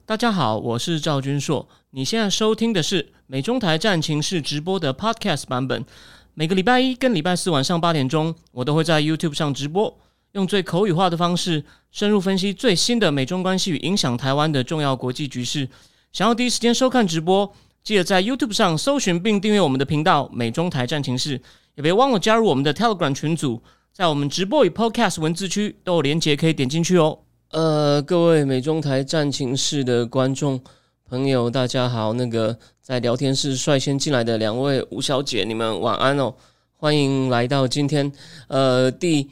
大家好，我是赵君硕。你现在收听的是美中台战情室直播的 Podcast 版本。每个礼拜一跟礼拜四晚上8点钟，我都会在 YouTube 上直播，用最口语化的方式，深入分析最新的美中关系与影响台湾的重要国际局势。想要第一时间收看直播，记得在 YouTube 上搜寻并订阅我们的频道美中台战情室，也别忘了加入我们的 Telegram 群组，在我们直播与 Podcast 文字区都有连结可以点进去哦。各位美中台战情室的观众朋友，大家好。在聊天室率先进来的两位吴小姐，你们晚安哦。欢迎来到今天第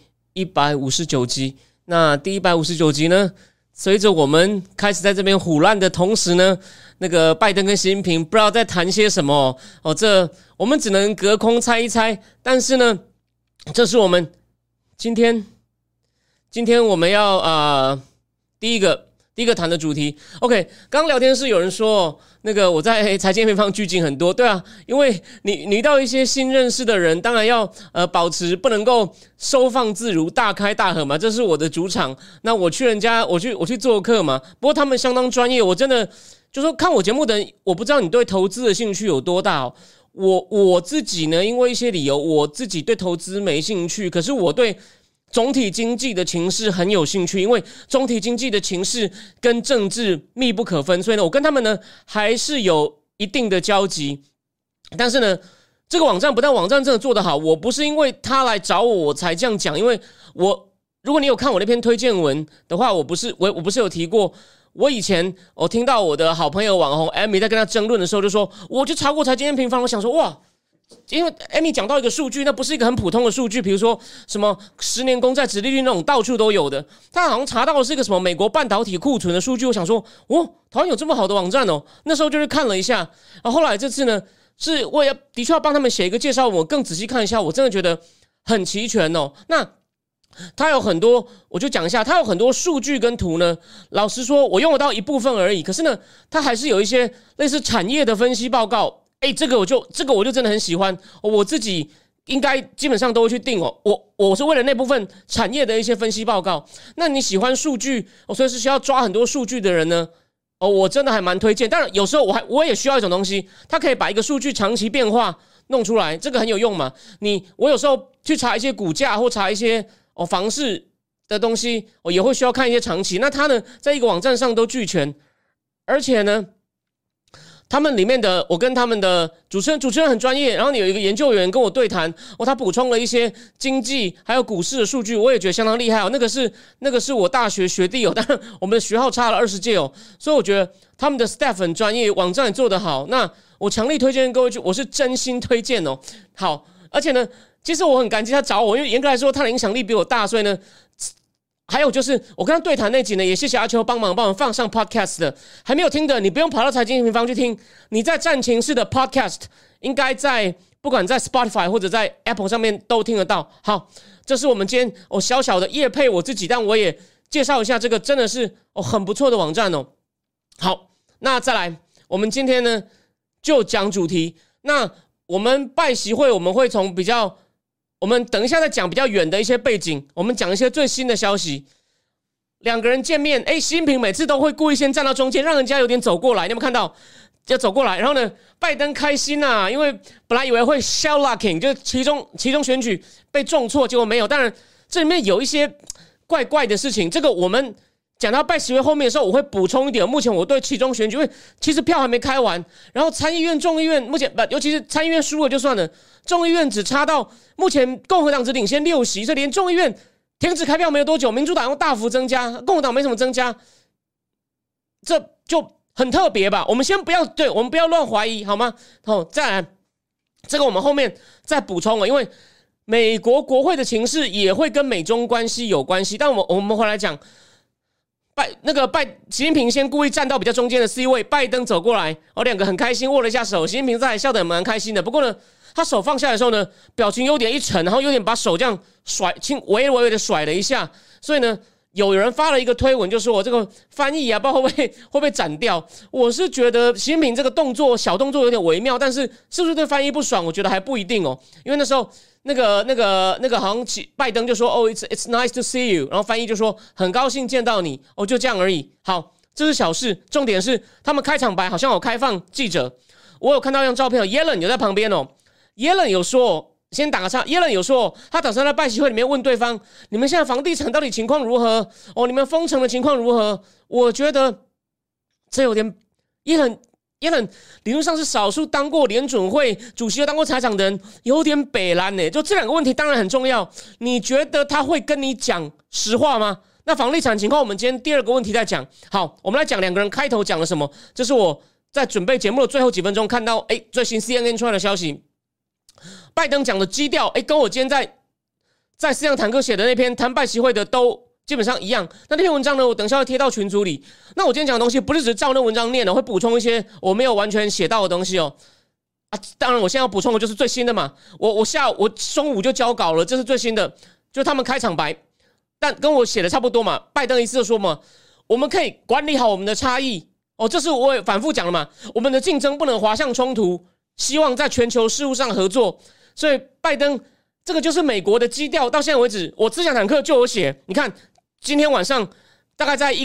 159集。那第159集呢，随着我们开始在这边唬烂的同时呢，拜登跟习近平不知道在谈些什么哦，这我们只能隔空猜一猜。但是呢，这是我们今天我们要第一个谈的主题。 OK， 刚聊天室有人说我在财经平方拘谨很多。对啊，因为你遇到一些新认识的人，当然要保持不能够收放自如大开大合嘛，这是我的主场。那我去做客嘛，不过他们相当专业，我真的就说看我节目的人，我不知道你对投资的兴趣有多大哦。我自己呢，因为一些理由，我自己对投资没兴趣，可是我对总体经济的情势很有兴趣，因为总体经济的情势跟政治密不可分，所以呢，我跟他们呢还是有一定的交集。但是呢，这个网站不但网站真的做得好，我不是因为他来找我才这样讲，因为如果你有看我那篇推荐文的话，我不是有提过，我以前我听到我的好朋友网红 Amy 在跟他争论的时候，就说我就查过财经平方，我想说哇。因为 Amy 讲到一个数据，那不是一个很普通的数据，比如说什么10年公债殖利率那种到处都有的，他好像查到的是一个什么美国半导体库存的数据。我想说台湾有这么好的网站哦，那时候就是看了一下。然后后来这次呢，是我也的确要帮他们写一个介绍，我更仔细看一下，我真的觉得很齐全哦。那它有很多，我就讲一下，它有很多数据跟图呢。老实说，我用得到一部分而已，可是呢，它还是有一些类似产业的分析报告。这个我就真的很喜欢，我自己应该基本上都会去订哦。我是为了那部分产业的一些分析报告。那你喜欢数据，所以是需要抓很多数据的人呢，我真的还蛮推荐。当然有时候我也需要一种东西，它可以把一个数据长期变化弄出来，这个很有用嘛。我有时候去查一些股价或查一些房市的东西，也会需要看一些长期。那它呢，在一个网站上都俱全，而且呢。他们里面的我跟他们的主持人很专业，然后你有一个研究员跟我对谈，他补充了一些经济还有股市的数据，我也觉得相当厉害哦。那个是我大学学弟哦，当然我们的学号差了20届哦，所以我觉得他们的 staff 很专业，网站也做得好。那我强力推荐各位去，我是真心推荐哦。好，而且呢，其实我很感激他找我，因为严格来说他的影响力比我大，所以呢。还有就是我跟他对谈那集呢，也谢谢阿秋帮忙放上 podcast 的，还没有听的你不用跑到财经平方去听，你在战情室的 podcast 应该不管在 Spotify 或者在 Apple 上面都听得到。好，这是我们今天小小的业配我自己，但我也介绍一下这个真的是很不错的网站哦。好，那再来，我们今天呢就讲主题。那我们拜习会，我们会从我们等一下再讲比较远的一些背景，我们讲一些最新的消息。两个人见面，习近平每次都会故意先站到中间，让人家有点走过来。你有没有看到？就走过来，然后呢，拜登开心啊，因为本来以为会 shell locking， 就是其中选举被重挫，结果没有。当然，这里面有一些怪怪的事情，这个我们讲到拜习会后面的时候，我会补充一点。目前我对其中选举，因为其实票还没开完，然后参议院、众议院目前尤其是参议院输了就算了，众议院只差到目前共和党只领先6席，所以连众议院停止开票没有多久，民主党又大幅增加，共和党没什么增加，这就很特别吧？我们不要乱怀疑好吗？再来，这个我们后面再补充了，因为美国国会的情势也会跟美中关系有关系，但我们回来讲。习近平先故意站到比较中间的 C 位，拜登走过来，两个很开心握了一下手，习近平在笑得蛮开心的。不过呢，他手放下来的时候呢，表情有点一沉，然后有点把手这样微微的甩了一下。所以呢，有人发了一个推文，就说我这个翻译啊，不知道会不会斩掉。我是觉得习近平这个小动作有点微妙，但是是不是对翻译不爽？我觉得还不一定哦，因为那时候。那个好像拜登就说it's nice to see you， 然后翻译就说很高兴见到你就这样而已。好， 这是小事，重点是他们开场白好像有开放记者，我有看到一张照片，Yellen 有在旁边哦。Yellen 有说，先打个岔。Yellen 有说，他打算在拜习会里面问对方：你们现在房地产到底情况如何？哦，你们封城的情况如何？我觉得这有点Yellen理论上是少数当过联准会主席又当过财长的人，有点北蓝呢。就这两个问题当然很重要，你觉得他会跟你讲实话吗？那房地产情况，我们今天第二个问题再讲。好，我们来讲两个人开头讲了什么。这是我在准备节目的最后几分钟看到，最新 CNN 出来的消息，拜登讲的基调，跟我今天在思想坦克写的那篇谈拜习会的都基本上一样。那篇文章呢，我等一下会贴到群组里。那我今天讲的东西不是只是照那文章念的，会补充一些我没有完全写到的东西哦。当然我现在要补充的就是最新的嘛。我中午就交稿了，这是最新的，就是他们开场白。但跟我写的差不多嘛，拜登意思就说嘛，我们可以管理好我们的差异哦，这是我也反复讲了嘛，我们的竞争不能滑向冲突，希望在全球事务上合作。所以拜登这个就是美国的基调，到现在为止，我思想坦克就有写，你看今天晚上大概在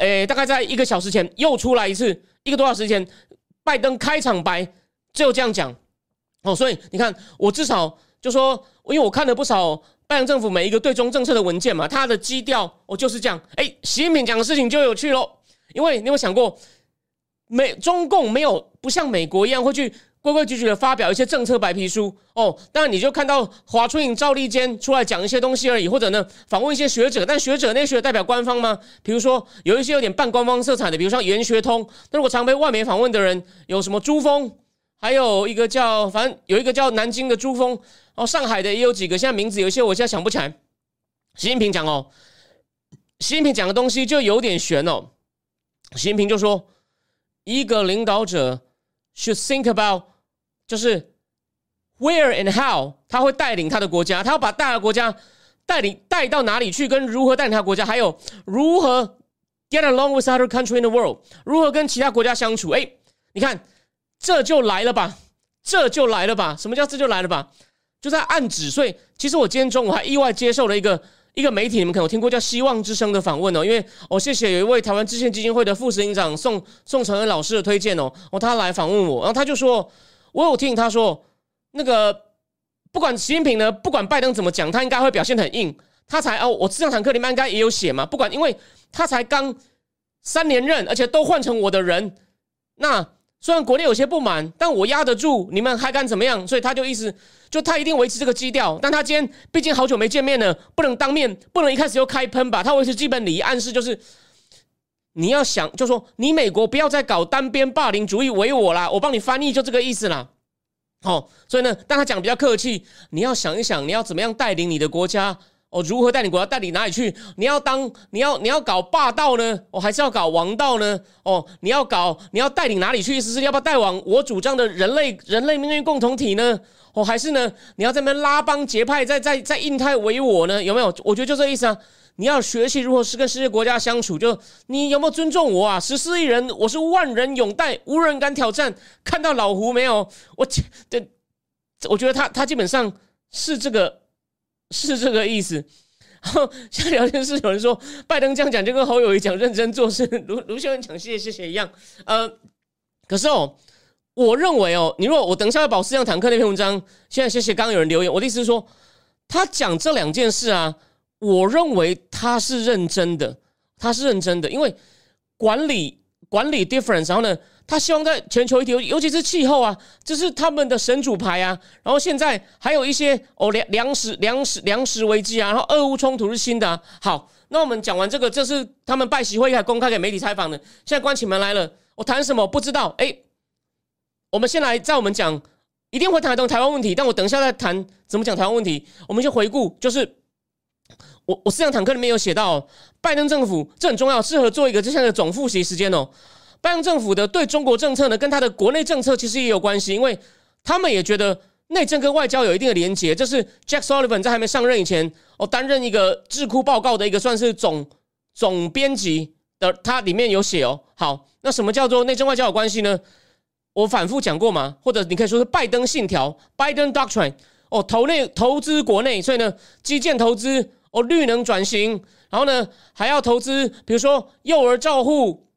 1个小时前又出来一次，1个多小时前，拜登开场白就这样讲哦，所以你看我至少就说，因为我看了不少拜登政府每一个对中政策的文件嘛，他的基调就是这样。习近平讲的事情就有趣咯，因为你有没有想过，中共没有不像美国一样会去规规矩矩的发表一些政策白皮书哦。当然你就看到华春莹、赵立坚出来讲一些东西而已，或者呢访问一些学者，但学者那些学者代表官方吗？比如说有一些有点半官方色彩的，比如像研学通。那如果常被外媒访问的人，有什么朱峰，还有一个叫反正有一个叫南京的朱峰。上海的也有几个，现在名字有一些我现在想不起来。习近平讲的东西就有点悬哦。习近平就说，一个领导者 should think about 就是 where and how 他会带领他的国家，他要把大的国家带到哪里去，跟如何带领他的国家，还有如何 get along with other country in the world， 如何跟其他国家相处。你看这就来了吧，什么叫这就来了吧？就在暗指。所以其实我今天中午还意外接受了一个媒体，你们可能有听过叫希望之声的访问哦。因为谢谢有一位台湾知县基金会的副执行长宋承恩老师的推荐哦，他来访问我，然后他就说，我有听他说，那个不管习近平呢，不管拜登怎么讲，他应该会表现得很硬。他才我思想坦克里面应该也有写嘛，不管，因为他才刚3连任，而且都换成我的人，那虽然国内有些不满，但我压得住，你们还敢怎么样？所以他就意思就他一定维持这个基调。但他今天毕竟好久没见面了，不能当面，不能一开始就开喷吧。他维持基本礼仪，暗示就是你要想，就说你美国不要再搞单边霸凌主义唯我啦，我帮你翻译就这个意思啦。所以呢，但他讲比较客气，你要想一想，你要怎么样带领你的国家。如何带领国家，带领哪里去？你要搞霸道呢？还是要搞王道呢？你要带领哪里去？意思是要不要带往我主张的人类命运共同体呢？还是呢？你要在那边拉帮结派，在印太唯我呢？有没有？我觉得就这意思啊。你要学习如何是跟世界国家相处，就你有没有尊重我啊？14亿人，我是万人拥戴，无人敢挑战。看到老胡没有？我觉得他基本上是这个意思。然后现在聊天室有人说，拜登这样讲就跟侯友宜讲认真做事，卢秀燕讲谢谢一样。可是我认为你如果我等一下要把思想坦克那篇文章，现在谢谢刚刚有人留言，我的意思是说，他讲这2件事啊，我认为他是认真的，因为管理 difference， 然后呢，他希望在全球一体，尤其是气候啊，这是他们的神主牌啊。然后现在还有一些粮食危机啊，然后俄乌冲突是新的啊。好，那我们讲完这个，这是他们拜习会还公开给媒体采访的。现在关起门来了，我谈什么不知道。我们先来，在我们讲一定会谈台湾问题，但我等一下再谈怎么讲台湾问题。我们先回顾，就是我思想坦克里面有写到，拜登政府这很重要，适合做一个这项的总复习时间哦。拜登政府的对中国政策呢，跟他的国内政策其实也有关系，因为他们也觉得内政跟外交有一定的连结。这是 Jack Sullivan 在还没上任以前，担任一个智库报告的一个算是总编辑的，他里面有写哦。好，那什么叫做内政外交有关系呢？我反复讲过嘛，或者你可以说是拜登信条 （Biden Doctrine）。投资国内，所以呢，基建投资，绿能转型，然后呢，还要投资，比如说幼儿照护。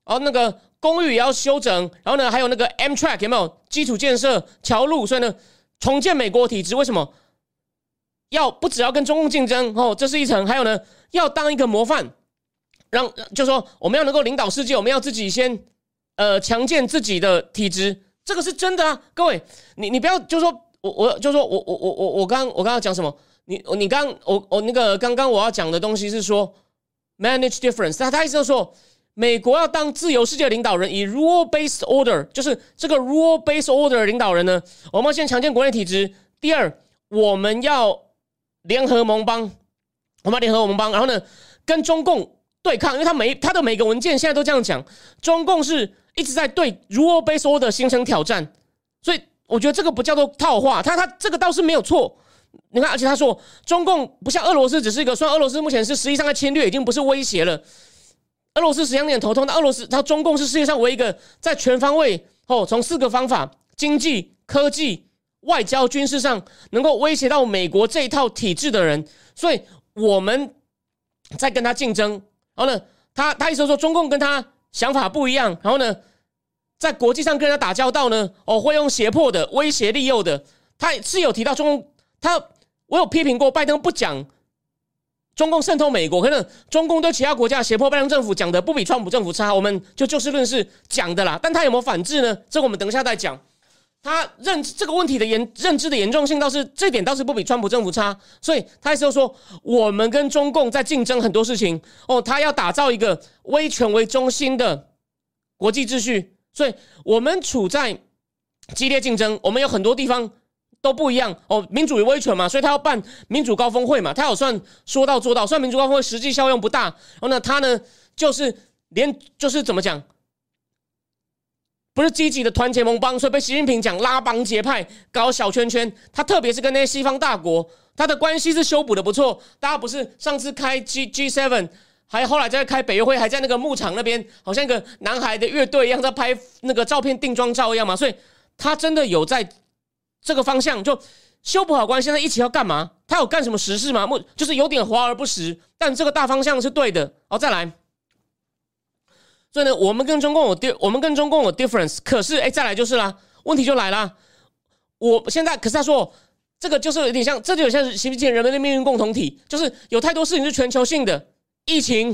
然后那个公寓也要修整，然后呢还有那个 Amtrak 有没有基础建设桥路，所以呢重建美国体制，为什么不只要跟中共竞争这是一层，还有呢要当一个模范，就是说我们要能够领导世界，我们要自己先强健自己的体质，这个是真的啊，各位，你不要就说我刚刚讲什么？你刚刚我要讲的东西是说 manage difference， 他意思就是说美国要当自由世界领导人，以 rule based order， 就是这个 rule based order 的领导人呢，我们要先强健国内体制。第二，我们要联合盟邦，然后呢跟中共对抗，因为他的每个文件现在都这样讲，中共是一直在对 rule based order 形成挑战，所以我觉得这个不叫做套话，他这个倒是没有错。你看，而且他说中共不像俄罗斯只是一个，虽然俄罗斯目前是实际上在侵略，已经不是威胁了。俄罗斯实际上有点头痛，但中共是世界上唯一一个在全方位从4个方法经济、科技、外交、军事上能够威胁到美国这一套体制的人，所以我们在跟他竞争。然后呢，他意思说中共跟他想法不一样，然后呢，在国际上跟他打交道呢，会用胁迫的、威胁利诱的。他是有提到中共，我有批评过拜登不讲中共渗透美国，可能中共对其他国家胁迫拜登政府讲的不比川普政府差，我们就事论事讲的啦。但他有没有反制呢？这个我们等一下再讲。他这个问题的认知的严重性这点倒是不比川普政府差，所以他意思就是说，我们跟中共在竞争很多事情他要打造一个威权为中心的国际秩序，所以我们处在激烈竞争，我们有很多地方都不一样民主与威权嘛，所以他要办民主高峰会嘛，他有算说到做到，虽然民主高峰会实际效用不大，然后呢，他呢就是怎么讲？不是积极的团结盟邦，所以被习近平讲拉帮结派、搞小圈圈。他特别是跟那些西方大国，他的关系是修补的不错。大家不是上次开 G7， 还后来在开北约会，还在那个牧场那边，好像一个男孩的乐队一样，在拍那个照片定妆照一样嘛。所以他真的有在这个方向就修补好关系。现在一起要干嘛？他有干什么实事吗？就是有点华而不实，但这个大方向是对的。再来。所以呢，我们跟中共有 difference， 可是再来就是啦，问题就来啦。我现在可是他说这个就是有点像，这就有像是习近平人们的命运共同体，就是有太多事情是全球性的，疫情、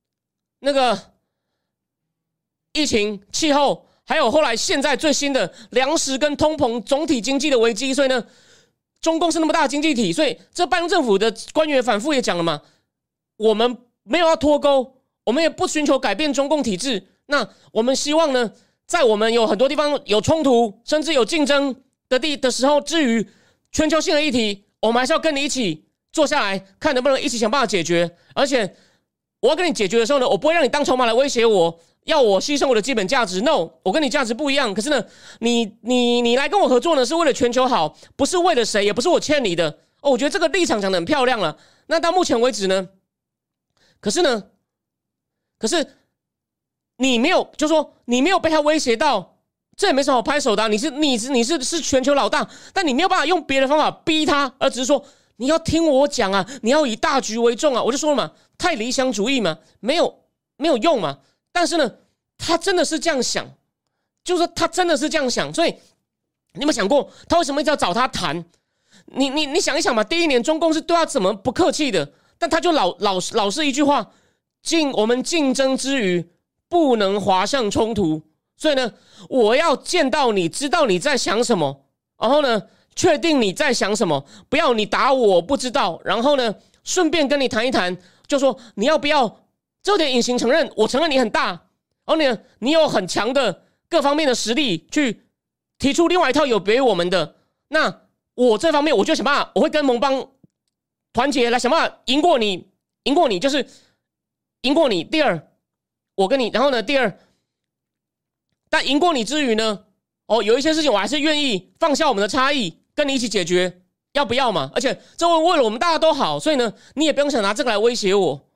气候，还有后来现在最新的粮食跟通膨总体经济的危机。所以呢，中共是那么大的经济体，所以这拜登政府的官员反复也讲了嘛，我们没有要脱钩。我们也不寻求改变中共体制，那我们希望呢，在我们有很多地方有冲突，甚至有竞争的时候，至于全球性的议题，我们还是要跟你一起坐下来，看能不能一起想办法解决。而且我要跟你解决的时候呢，我不会让你当筹码来威胁我，要我牺牲我的基本价值。No， 我跟你价值不一样。可是呢，你来跟我合作呢，是为了全球好，不是为了谁，也不是我欠你的。我觉得这个立场讲得很漂亮了。那到目前为止呢，可是你没有，就说你没有被他威胁到，这也没什么好拍手的你是全球老大，但你没有办法用别的方法逼他，而只是说你要听我讲啊，你要以大局为重啊。我就说了嘛，太理想主义嘛，没有用嘛。但是呢，他真的是这样想，就是说他真的是这样想，所以你有没有想过，他为什么一直要找他谈？你想一想嘛，第一年中共是对他怎么不客气的，但他就老是一句话。我们竞争之余不能滑向冲突，所以呢，我要见到你，知道你在想什么，然后呢，确定你在想什么，不要你打我不知道，然后呢，顺便跟你谈一谈，就说你要不要这点隐形承认，我承认你很大，然后呢，你有很强的各方面的实力去提出另外一套有别于我们的，那我这方面我就想办法，我会跟盟邦团结来想办法赢过你就是赢过你。第二，我跟你，然后呢，第二，但赢过你之余呢，有一些事情我还是愿意放下我们的差异，跟你一起解决，要不要嘛？而且这为了我们大家都好，所以呢，你也不用想拿这个来威胁我，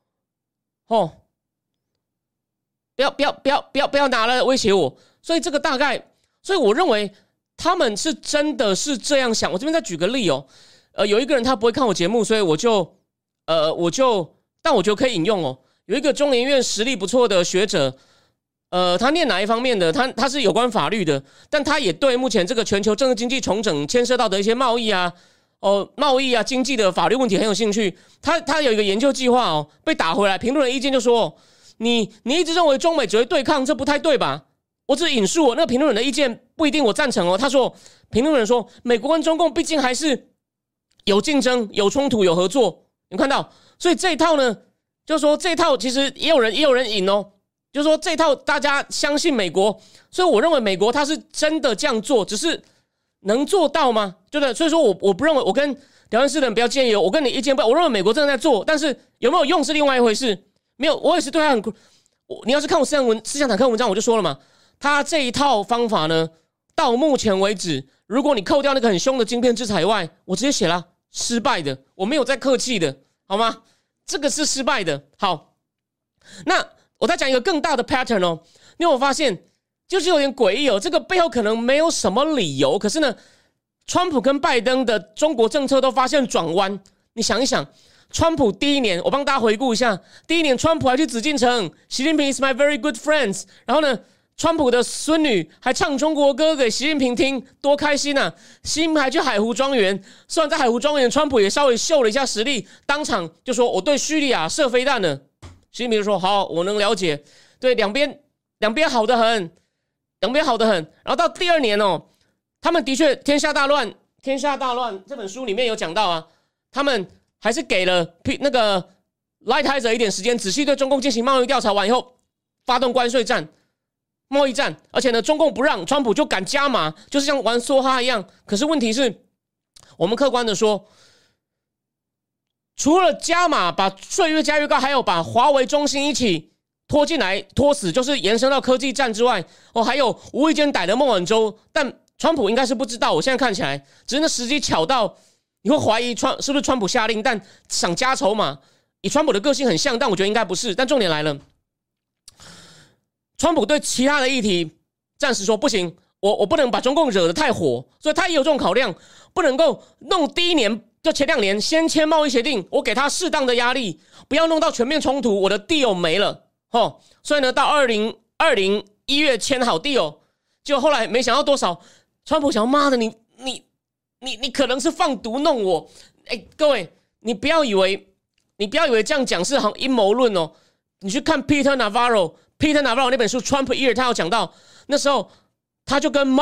不要拿来威胁我。所以这个大概，所以我认为他们是真的是这样想。我这边再举个例有一个人他不会看我节目，所以但我觉得可以引用有一个中研院实力不错的学者， 他念哪一方面的？他是有关法律的，但他也对目前这个全球政治经济重整牵涉到的一些贸易啊、经济的法律问题很有兴趣。他有一个研究计划哦，被打回来，评论的意见就说，你一直认为中美只会对抗，这不太对吧？我只引述那个评论人的意见，不一定我赞成哦。他说，评论人说，美国跟中共毕竟还是有竞争、有冲突、有合作，你看到？所以这一套呢，就是说这一套其实也有人引哦，就是说这一套大家相信美国，所以我认为美国他是真的这样做，只是能做到吗？对不对？所以说我不认为，我跟聊天室的人不要建议我跟你意见不一样，我认为美国真的在做，但是有没有用是另外一回事。没有，我也是对他很，你要是看我思想坦克文章，我就说了嘛。他这一套方法呢，到目前为止，如果你扣掉那个很凶的晶片制裁外，我直接写了失败的，我没有在客气的，好吗？这个是失败的。好，那我再讲一个更大的 pattern 哦，因为我发现就是有点诡异哦，这个背后可能没有什么理由，可是呢，川普跟拜登的中国政策都发现转弯。你想一想，川普第一年，我帮大家回顾一下，第一年川普还去紫禁城，习近平 is my very good friends， 然后呢，川普的孙女还唱中国歌给习近平听，多开心啊！习近平还去海湖庄园，虽然在海湖庄园，川普也稍微秀了一下实力，当场就说我对叙利亚射飞弹了。习近平就说好，我能了解，对两边好得很，两边好得很。然后到第二年哦，他们的确天下大乱这本书里面有讲到啊，他们还是给了那个 Lighthizer 一点时间，仔细对中共进行贸易调查完以后，发动关税战。贸易战，而且呢，中共不让，川普就敢加码，就是像玩梭哈一样。可是问题是，我们客观的说，除了加码把税越加越高，还有把华为、中兴一起拖进来拖死，就是延伸到科技战之外，还有无意间逮了孟晚舟，但川普应该是不知道。我现在看起来，只是那时机巧到，你会怀疑是不是川普下令，但想加筹码，以川普的个性很像，但我觉得应该不是。但重点来了。川普对其他的议题暂时说不行，我不能把中共惹得太火，所以他也有这种考量，不能够弄第一年就前2年先签贸易协定，我给他适当的压力，不要弄到全面冲突，我的 deal 没了所以呢，到2020 1月签好 deal， 结果后来没想到多少，川普想妈的你可能是放毒弄我，各位你不要以为这样讲是好像阴谋论哦，你去看 Peter Navarro 那本书《Trump Year》，他有讲到那时候，他就跟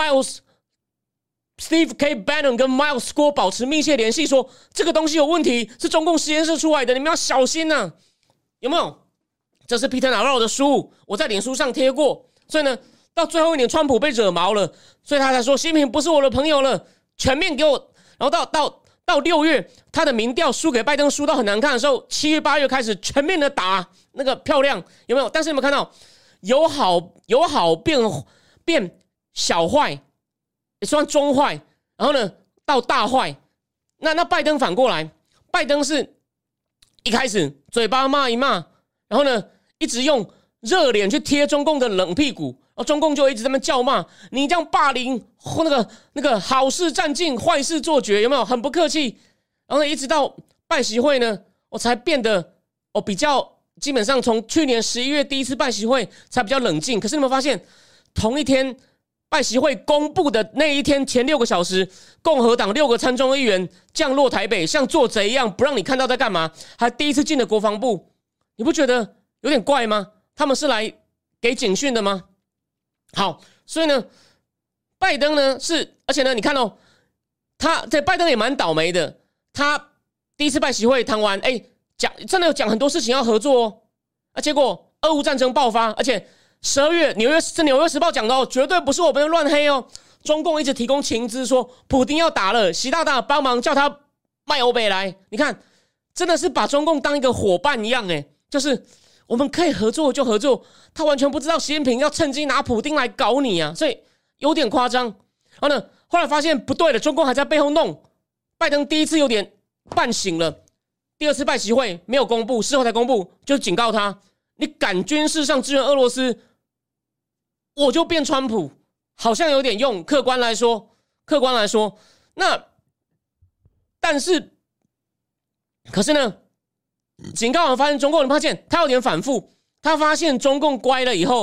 Steve K. Bannon 跟 Miles Score 保持密切联系，说这个东西有问题，是中共实验室出来的，你们要小心啊！有没有？这是 Peter Navarro 的书，我在脸书上贴过。所以呢，到最后一年，川普被惹毛了，所以他才说习近平不是我的朋友了，全面给我。然后到6月，他的民调输给拜登，输到很难看的时候，7月8月开始全面的打。那个漂亮有没有？但是有没有看到有好变小坏，也算中坏，然后呢到大坏。那拜登反过来，拜登是一开始嘴巴骂一骂，然后呢一直用热脸去贴中共的冷屁股，然后中共就一直在那边叫骂你这样霸凌，那个好事占尽，坏事做绝，有没有？很不客气。然后呢一直到拜习会呢，我才变得比较。基本上从去年11月第一次拜习会才比较冷静，可是你们发现同一天拜习会公布的那一天前6个小时，共和党6个参众议员降落台北，像做贼一样不让你看到在干嘛，还第一次进了国防部，你不觉得有点怪吗？他们是来给警讯的吗？好，所以呢，拜登呢是，而且呢，你看拜登也蛮倒霉的，他第一次拜习会谈完，真的有讲很多事情要合作结果俄乌战争爆发，而且12月纽约时报讲的绝对不是我们乱黑中共一直提供情资说普丁要打了，习大大帮忙叫他卖欧北来，你看真的是把中共当一个伙伴一样就是我们可以合作就合作，他完全不知道习近平要趁机拿普丁来搞你所以有点夸张。然后呢，后来发现不对了，中共还在背后弄，拜登第一次有点半醒了。第二次拜习会没有公布，事后才公布，就是警告他，你敢军事上支援俄罗斯，我就变川普，好像有点用。客观来说，那但是，可是呢，警告完发现中共人发现他有点反复，他发现中共乖了以后，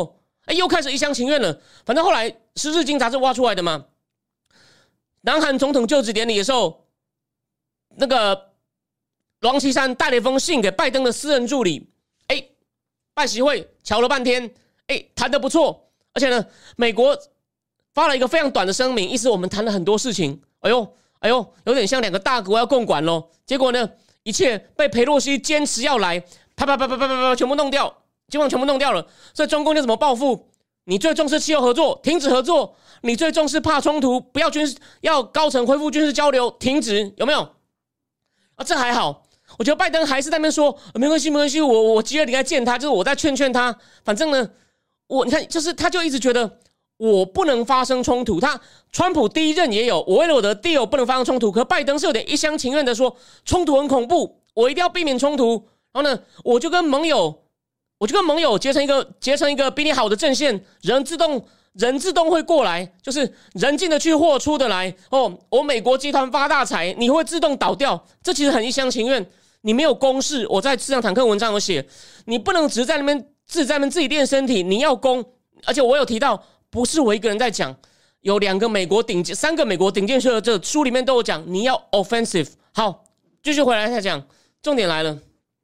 又开始一厢情愿了。反正后来是日经杂志挖出来的嘛。南韩总统就职典礼的时候，那个王岐山带了一封信给拜登的私人助理，拜习会瞧了半天，谈得不错，而且呢，美国发了一个非常短的声明，意思我们谈了很多事情。哎呦，有点像两个大国要共管咯。结果呢，一切被裴洛西坚持要来，啪，全部弄掉，基本上全部弄掉了。所以中共就怎么报复？你最重视气候合作，停止合作；你最重视怕冲突，不要要高层恢复军事交流，停止，有没有？这还好。我觉得拜登还是在那边说没关系，我7月底该见他，就是我在劝他。反正呢，你看，就是他就一直觉得我不能发生冲突。川普第一任也有，我为了我的 deal 不能发生冲突，可拜登是有点一厢情愿的说冲突很恐怖，我一定要避免冲突。然后呢，我就跟盟友结成一个比你好的阵线，人自动会过来，就是人进得去货出得来。我美国集团发大财，你会自动倒掉。这其实很一厢情愿，你没有公式。我在市场坦克文章有写，你不能只是在那边自己练身体，你要攻。而且我有提到，不是我一个人在讲，有3个美国顶尖学者，这书里面都有讲，你要 offensive。好，继续回来再讲，重点来了。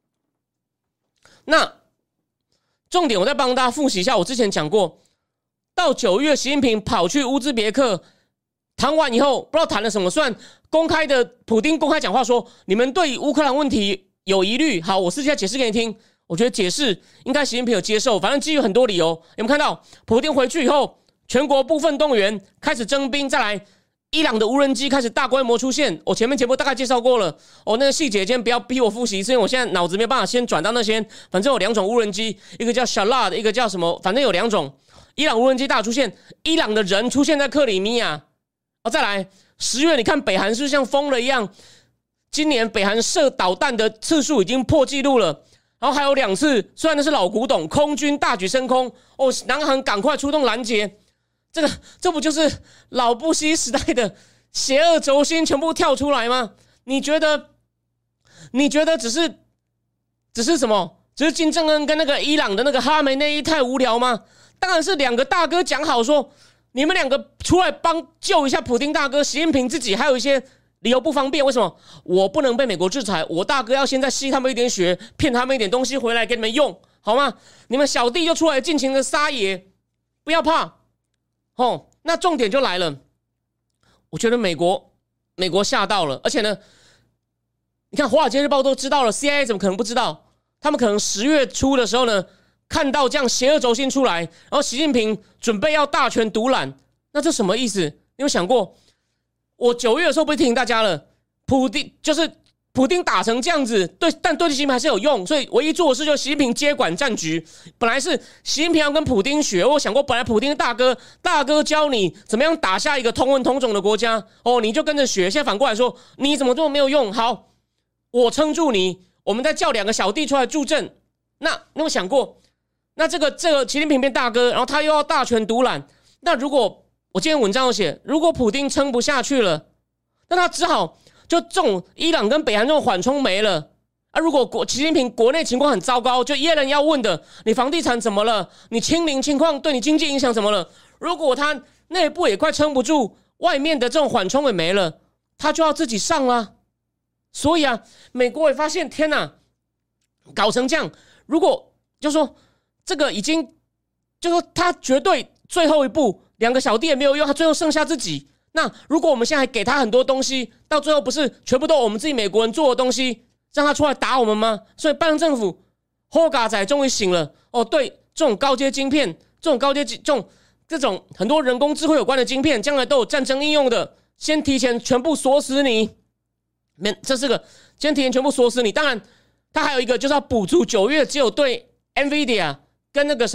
那重点我再帮大家复习一下，我之前讲过，到9月习近平跑去乌兹别克谈完以后，不知道谈了什么，虽然普丁公开讲话说你们对乌克兰问题有疑虑，好，我私下解释给你听。我觉得解释应该习近平有接受，反正基于很多理由。有没有看到普丁回去以后，全国部分动员，开始征兵，再来伊朗的无人机开始大规模出现。我前面节目大概介绍过了，那个细节今天不要逼我复习，因为我现在脑子没办法先转到那些。反正有2种无人机，一个叫 Shalad， 一个叫什么，反正有2种。伊朗无人机大出现，伊朗的人出现在克里米亚。再来10月，你看北韩是不是像疯了一样？今年北韩射导弹的次数已经破纪录了。然后还有2次，虽然那是老古董，空军大举升空，南韩赶快出动拦截。这不就是老布希时代的邪恶轴心全部跳出来吗？你觉得只是什么？只是金正恩跟那个伊朗的那个哈梅内伊太无聊吗？当然是2个大哥讲好说，你们2个出来帮救一下普丁大哥，习近平自己还有一些理由不方便。为什么？我不能被美国制裁，我大哥要现在吸他们一点血，骗他们一点东西回来给你们用，好吗？你们小弟就出来尽情的撒野，不要怕。那重点就来了，我觉得美国吓到了，而且呢，你看《华尔街日报》都知道了 ，CIA 怎么可能不知道？他们可能10月初的时候呢，看到这样邪恶轴心出来，然后习近平准备要大权独揽，那这什么意思？你有想过？我9月的时候不是提醒大家了，普丁打成这样子，但对习近平还是有用，所以唯一做的事就是习近平接管战局。本来是习近平要跟普丁学，我想过，本来普丁大哥教你怎么样打下一个同文同种的国家，你就跟着学。现在反过来说，你怎么这么没有用？好，我撑住你，我们再叫2个小弟出来助阵。那你有想过，那这个习近平变大哥，然后他又要大权独揽，那如果我今天文章有写，如果普丁撑不下去了，那他只好就这种伊朗跟北韩这种缓冲没了啊！如果习近平国内情况很糟糕，就耶伦要问的，你房地产怎么了？你清零情况对你经济影响怎么了？如果他内部也快撑不住，外面的这种缓冲也没了，他就要自己上啦。所以啊，美国也发现，天哪，搞成这样，如果就说这个已经，就说他绝对最后一步，2个小弟也没有用，他最后剩下自己。那如果我们现在还给他很多东西，到最后不是全部都我们自己美国人做的东西，让他出来打我们吗？所以拜登政府霍嘎仔终于醒了对这种高阶晶片，这种很多人工智慧有关的晶片，将来都有战争应用的，先提前全部锁死你。这是个先提前全部锁死你。当然，他还有一个就是要补足9月只有对 NVIDIA 跟那个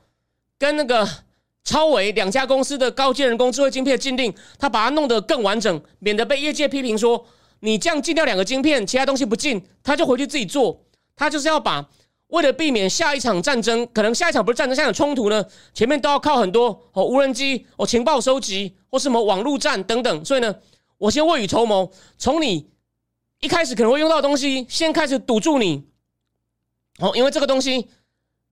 超微2家公司的高阶人工智慧晶片的禁令，他把它弄得更完整，免得被业界批评说你这样禁掉2个晶片，其他东西不禁，他就回去自己做。他就是要把为了避免下一场战争，可能下一场不是战争，下一场冲突呢，前面都要靠很多无人机、情报收集或什么网络战等等。所以呢，我先未雨绸缪，从你一开始可能会用到的东西，先开始堵住你。因为这个东西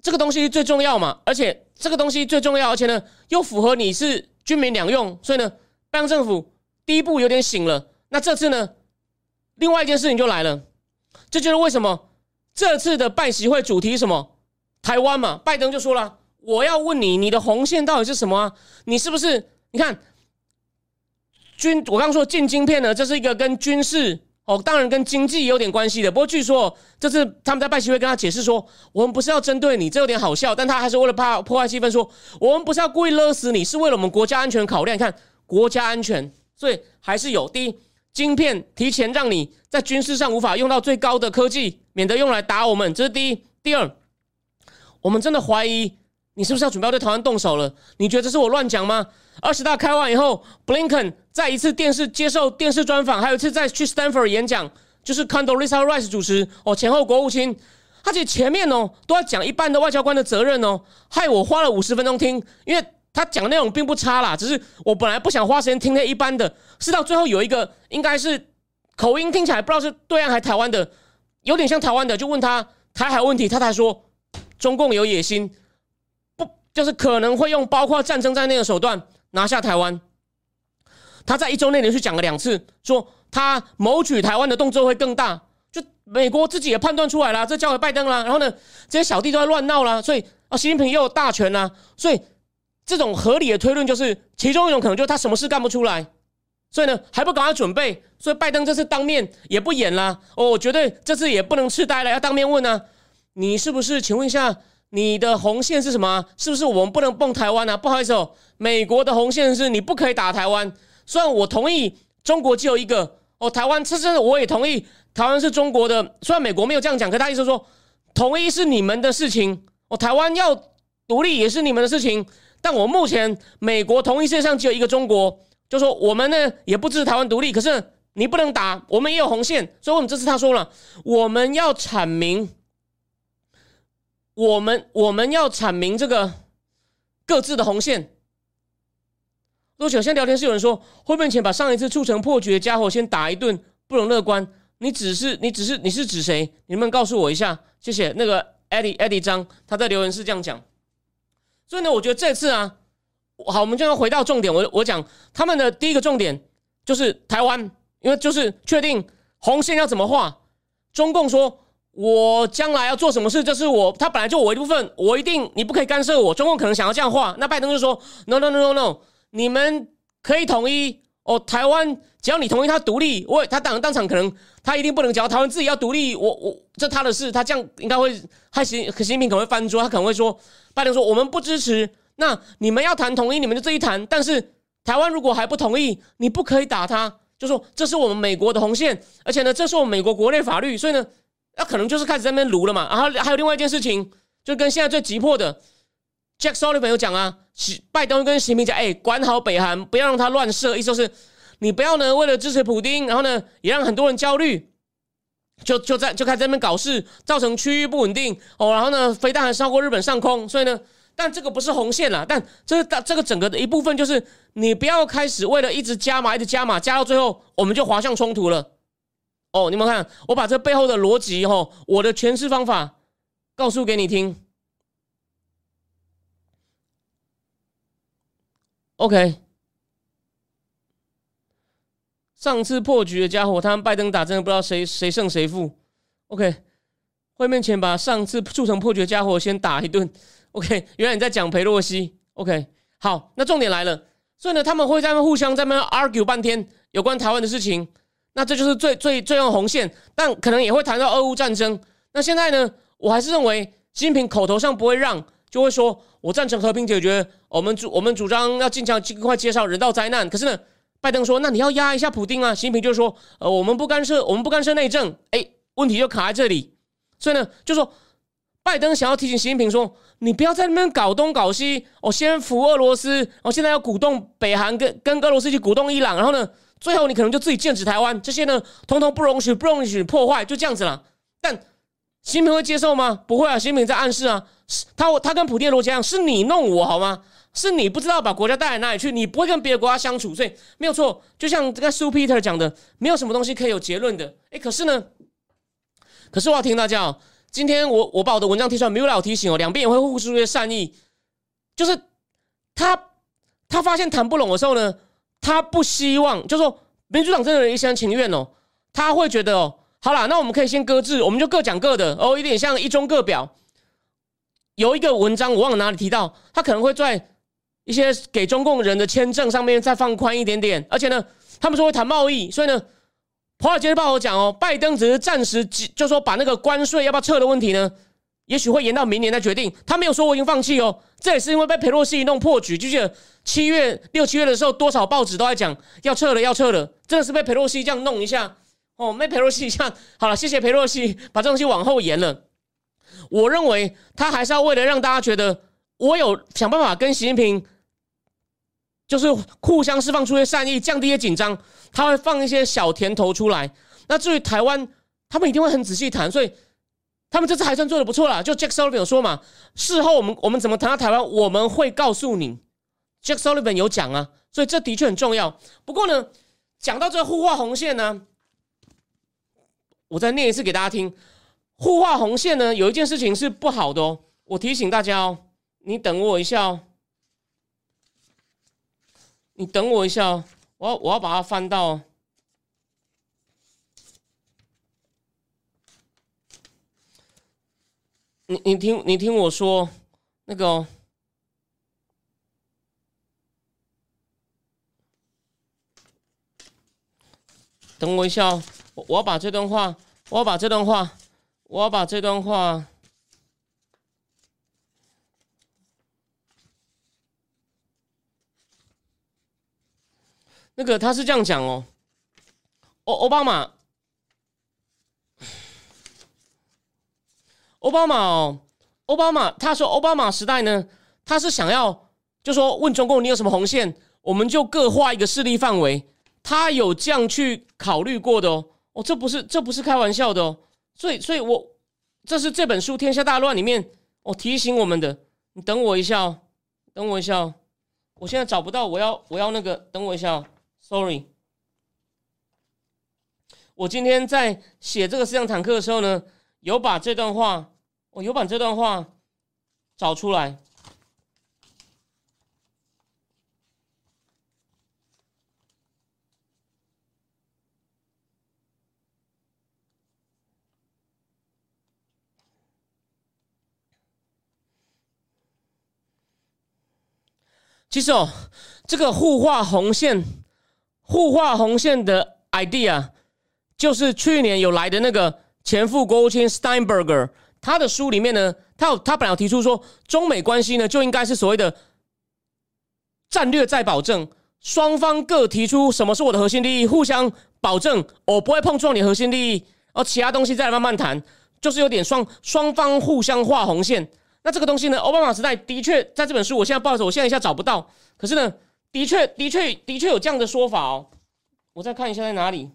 这个东西最重要嘛，而且这个东西最重要，而且呢又符合你是军民两用，所以呢，拜登政府第一步有点醒了。那这次呢，另外一件事情就来了，这就是为什么这次的拜习会主题是什么？台湾嘛，拜登就说了，我要问你，你的红线到底是什么啊？你是不是？你看，我刚刚说禁晶片呢，这是一个跟军事当然跟经济也有点关系的。不过据说这次他们在拜习会跟他解释说，我们不是要针对你，这有点好笑，但他还是为了怕破坏气氛说，我们不是要故意勒死你，是为了我们国家安全考量。你看国家安全，所以还是有第一，晶片提前让你在军事上无法用到最高的科技，免得用来打我们，这是第一。第二，我们真的怀疑你是不是要准备要对台湾动手了？你觉得这是我乱讲吗？20大开完以后 ，Blinken 在一次接受电视专访，还有一次在去 Stanford 演讲，就是 Condoleezza Rice 主持前后国务卿，他其实前面都在讲一般的外交官的责任害我花了50分钟听，因为他讲的内容并不差啦，只是我本来不想花时间听那一般的，是到最后有一个应该是口音听起来不知道是对岸还台湾的，有点像台湾的，就问他台海问题，他才说中共有野心，不就是可能会用包括战争在内的手段拿下台湾。他在1周内连续讲了2次，说他谋取台湾的动作会更大，就美国自己也判断出来了，这交给拜登了。然后呢，这些小弟都在乱闹啦，所以习近平又有大权啦，所以这种合理的推论就是，其中一种可能就是他什么事干不出来，所以呢还不赶快准备，所以拜登这次当面也不演啦，我绝对这次也不能痴呆了，要当面问啊，你是不是？请问一下，你的红线是什么啊？是不是我们不能蹦台湾啊？不好意思美国的红线是你不可以打台湾。虽然我同意中国只有一个台湾，这真的我也同意台湾是中国的。虽然美国没有这样讲，可他意思说统一是你们的事情，台湾要独立也是你们的事情。但我目前美国同意世界上只有一个中国，就说我们呢也不支持台湾独立，可是你不能打，我们也有红线。所以我们这次他说了，我们要阐明，我们要阐明这个各自的红线。多久？现在聊天室有人说，会不会前把上一次促成破局的家伙先打一顿，不容乐观？你是指谁？你们告诉我一下，谢谢。那个 Eddie 张他在留言室这样讲。所以呢，我觉得这次啊，好，我们就要回到重点。我讲他们的第一个重点就是台湾，因为就是确定红线要怎么画。中共说，我将来要做什么事，这是他本来就我一部分，我一定你不可以干涉我。中共可能想要这样画，那拜登就说 No， 你们可以统一台湾，只要你同意他独立，他当场可能他一定不能讲台湾自己要独立，这他的事，他这样应该会害习近平可能会翻桌，他可能会说，拜登说我们不支持，那你们要谈统一，你们就自己谈，但是台湾如果还不同意，你不可以打他，就说这是我们美国的红线，而且呢，这是我们美国国内法律，所以呢，那可能就是开始在那边撸了嘛。然后还有另外一件事情，就跟现在最急迫的 ，Jack Sullivan 有讲啊，拜登跟习近平讲，管好北韩，不要让他乱射，意思就是你不要呢为了支持普丁，然后呢也让很多人焦虑，就开始在那边搞事，造成区域不稳定然后呢飞弹还超过日本上空，所以呢，但这个不是红线啦，但这个整个的一部分就是你不要开始为了一直加码，加到最后我们就滑向冲突了。你们看，我把这背后的逻辑我的诠释方法告诉给你听。OK， 上次破局的家伙，他们拜登打真的不知道谁胜谁负。OK， 会面前把上次促成破局的家伙先打一顿。OK， 原来你在讲裴洛西。OK， 好，那重点来了。所以呢，他们会在那边互相在那边 argue 半天有关台湾的事情。那这就是最用红线，但可能也会谈到俄乌战争。那现在呢，我还是认为习近平口头上不会让，就会说我赞成和平解决，我们主张要尽快介绍人道灾难。可是呢，拜登说那你要压一下普丁啊，习近平就说我们不干涉内政。问题就卡在这里。所以呢，就说拜登想要提醒习近平说，你不要在那边搞东搞西，先扶俄罗斯，现在要鼓动北韩跟俄罗斯一起鼓动伊朗，然后呢，最后你可能就自己剑指台湾，这些呢，通通不容许破坏，就这样子啦。但习近平会接受吗？不会啊，习近平在暗示啊，他跟普丁的逻辑一样，是你弄我好吗？是你不知道把国家带来哪里去，你不会跟别的国家相处，所以没有错。就像这个苏 Peter 讲的，没有什么东西可以有结论的。可是我要听大家今天我把我的文章贴出来，没有老提醒两边也会互输一些善意，就是他发现谈不拢的时候呢，他不希望，就是说民主党真的一厢情愿他会觉得好啦，那我们可以先搁置，我们就各讲各的有点像一中各表。有一个文章我忘了哪里提到，他可能会在一些给中共人的签证上面再放宽一点点，而且呢，他们说会谈贸易，所以呢，华尔街日报有讲拜登只是暂时就说把那个关税要不要撤的问题呢，也许会延到明年再决定。他没有说我已经放弃这也是因为被裴洛西弄破局，就记得6、7月的时候，多少报纸都在讲要撤了，真的是被裴洛西这样弄一下被裴洛西一下，好了，谢谢裴洛西把这东西往后延了。我认为他还是要为了让大家觉得我有想办法跟习近平就是互相释放出一些善意，降低一些紧张，他会放一些小甜头出来。那至于台湾，他们一定会很仔细谈，所以他们这次还算做得不错啦。就 Jack Sullivan 有说嘛，事后我们怎么谈到台湾，我们会告诉你。Jack Sullivan 有讲啊，所以这的确很重要。不过呢，讲到这互划红线呢，我再念一次给大家听。互划红线呢，有一件事情是不好的我提醒大家你等我一下你等我一下我要把它翻到你听我说那个等我一下我要把这段话那个他是这样讲奥巴马他说奥巴马时代呢，他是想要就说问中共你有什么红线，我们就各划一个势力范围，他有这样去考虑过的这不是开玩笑的所以这是这本书《天下大乱》里面提醒我们的。你等我一下我现在找不到，我要那个，等我一下，sorry。我今天在写这个思想坦克的时候呢，有把这段话找出来。其实这个互划红线的 idea， 就是去年有来的那个前副国务卿 Steinberger， 他的书里面呢，他本来有提出说，中美关系呢就应该是所谓的战略再保证，双方各提出什么是我的核心利益，互相保证我不会碰触你的核心利益，其他东西再来慢慢谈，就是有点双方互相画红线。那这个东西呢，奥巴马时代的确在这本书，我现在不好意思，我现在一下找不到，可是呢，的确有这样的说法我再看一下在哪里。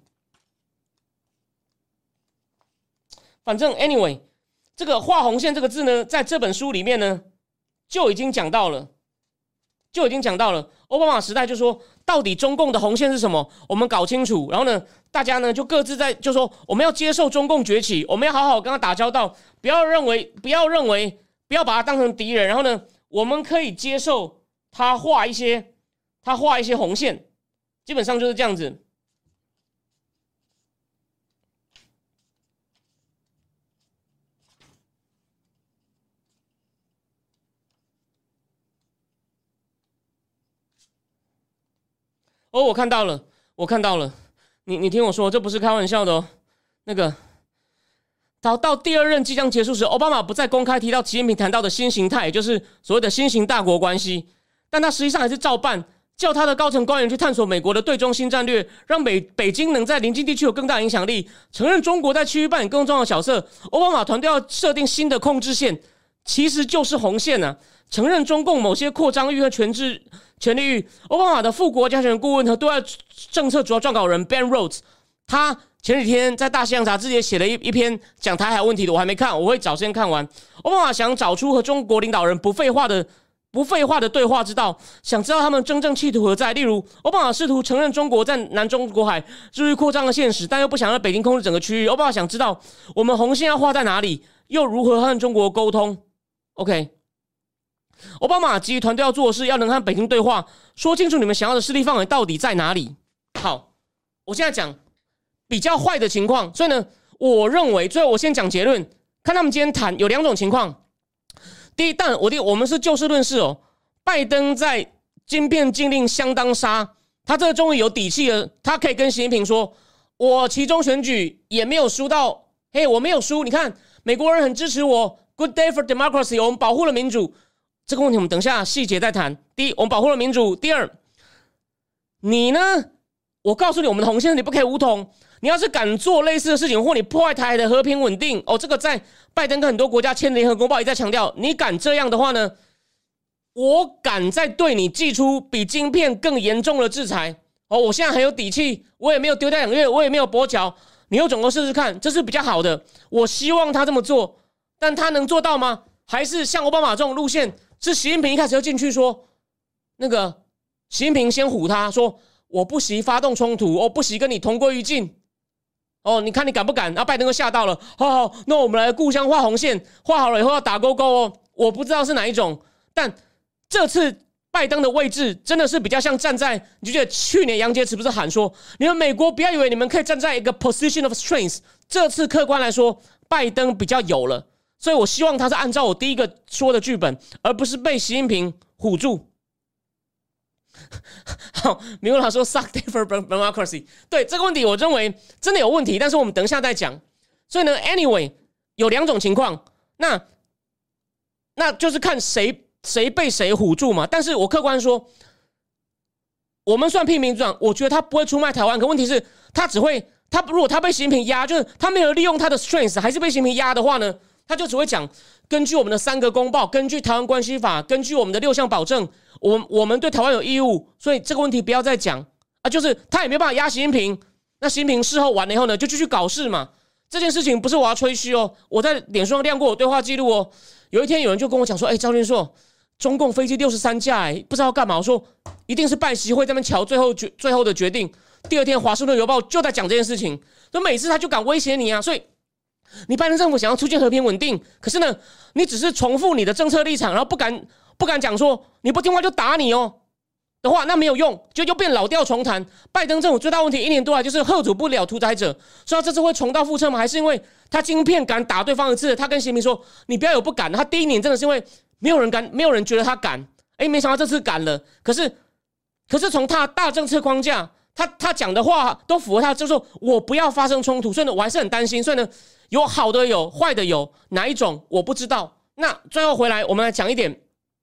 反正 anyway， 这个画红线这个字呢，在这本书里面呢就已经讲到了。奥巴马时代就说，到底中共的红线是什么？我们搞清楚。然后呢，大家呢就各自就说，我们要接受中共崛起，我们要好好跟他打交道，不要把他当成敌人。然后呢，我们可以接受他画一些红线，基本上就是这样子。我看到了，你听我说，这不是开玩笑的那个。到第二任即将结束时，奥巴马不再公开提到习近平谈到的新形态，也就是所谓的新型大国关系，但他实际上还是照办，叫他的高层官员去探索美国的对中新战略，让北京能在邻近地区有更大影响力，承认中国在区域扮演更重要的角色。奥巴马团队要设定新的控制线，其实就是红线承认中共某些扩张欲和权力欲。奥巴马的副国家安全顾问和对外政策主要撰稿人 Ben Rhodes， 他前几天在大西洋杂志也写了一篇讲台海问题的，我还没看，我会找时间看完。奥巴马想找出和中国领导人不废话的对话之道，想知道他们真正企图何在。例如，奥巴马试图承认中国在南中国海日益扩张的现实，但又不想让北京控制整个区域。奥巴马想知道我们红线要画在哪里， 又如何和中国沟通 ？OK， 奥巴马及团队要做的是，要能和北京对话，说清楚你们想要的势力范围到底在哪里。好，我现在讲比较坏的情况，所以呢，我认为最后我先讲结论，看他们今天谈有2种情况。第一，但我们是就事论事哦。拜登在晶片禁令相当杀，他这个终于有底气了，他可以跟习近平说，我期中选举也没有输到，嘿，我没有输，你看美国人很支持我 ，Good day for democracy， 我们保护了民主。这个问题我们等一下细节再谈。第一，我们保护了民主；第二，你呢？我告诉你，我们的红线你不可以武统。你要是敢做类似的事情，或你破坏台海的和平稳定，这个在拜登跟很多国家签的联合公报也在强调，你敢这样的话呢，我敢再对你祭出比晶片更严重的制裁。我现在很有底气，我也没有丢掉2个月，我也没有跛脚，你有种go试试看，这是比较好的。我希望他这么做，但他能做到吗？还是像奥巴马这种路线，是习近平一开始就进去说，那个习近平先唬他说，我不惜发动冲突，不惜跟你同归于尽。你看你敢不敢？然后拜登就吓到了。好，那我们来互相画红线，画好了以后要打勾勾哦。我不知道是哪一种，但这次拜登的位置真的是比较像站在，你就觉得去年杨洁篪不是喊说，你们美国不要以为你们可以站在一个 position of strength， 这次客观来说，拜登比较有了。所以我希望他是按照我第一个说的剧本，而不是被习近平唬住。好，明文老说 suck day for democracy， 对这个问题我认为真的有问题，但是我们等一下再讲。所以呢 ，anyway 有2种情况，那就是看谁被谁唬住嘛。但是我客观说，我们算批评主我觉得他不会出卖台湾，可问题是他如果他被习近平压，就是他没有利用他的 strength， 还是被习近平压的话呢，他就只会讲，根据我们的3个公报，根据台湾关系法，根据我们的6项保证，我们对台湾有义务，所以这个问题不要再讲啊！就是他也没有办法压习近平，那习近平事后完了以后呢，就继续搞事嘛。这件事情不是我要吹嘘哦，我在脸书上亮过我对话记录哦。有一天有人就跟我讲说，赵俊硕，中共飞机63架，不知道干嘛。我说一定是拜习会在那边瞧最后的决定。第2天华盛顿邮报就在讲这件事情，所以每次他就敢威胁你啊，所以。你拜登政府想要促进和平稳定，可是呢，你只是重复你的政策立场，然后不敢讲说你不听话就打你的话，那没有用，就又变老调重弹。拜登政府最大问题1年多来就是吓阻不了屠宰者，所以他这次会重蹈覆辙吗？还是因为他晶片敢打对方一次？他跟习近平说你不要有不敢，他第1年真的是因为没有人敢，没有人觉得他敢，没想到这次敢了。可是从他大政策框架，他讲的话都符合他，就是说我不要发生冲突，所以呢，我还是很担心。所以呢，有好的有，坏的有，哪一种我不知道。那最后回来，我们来讲一点，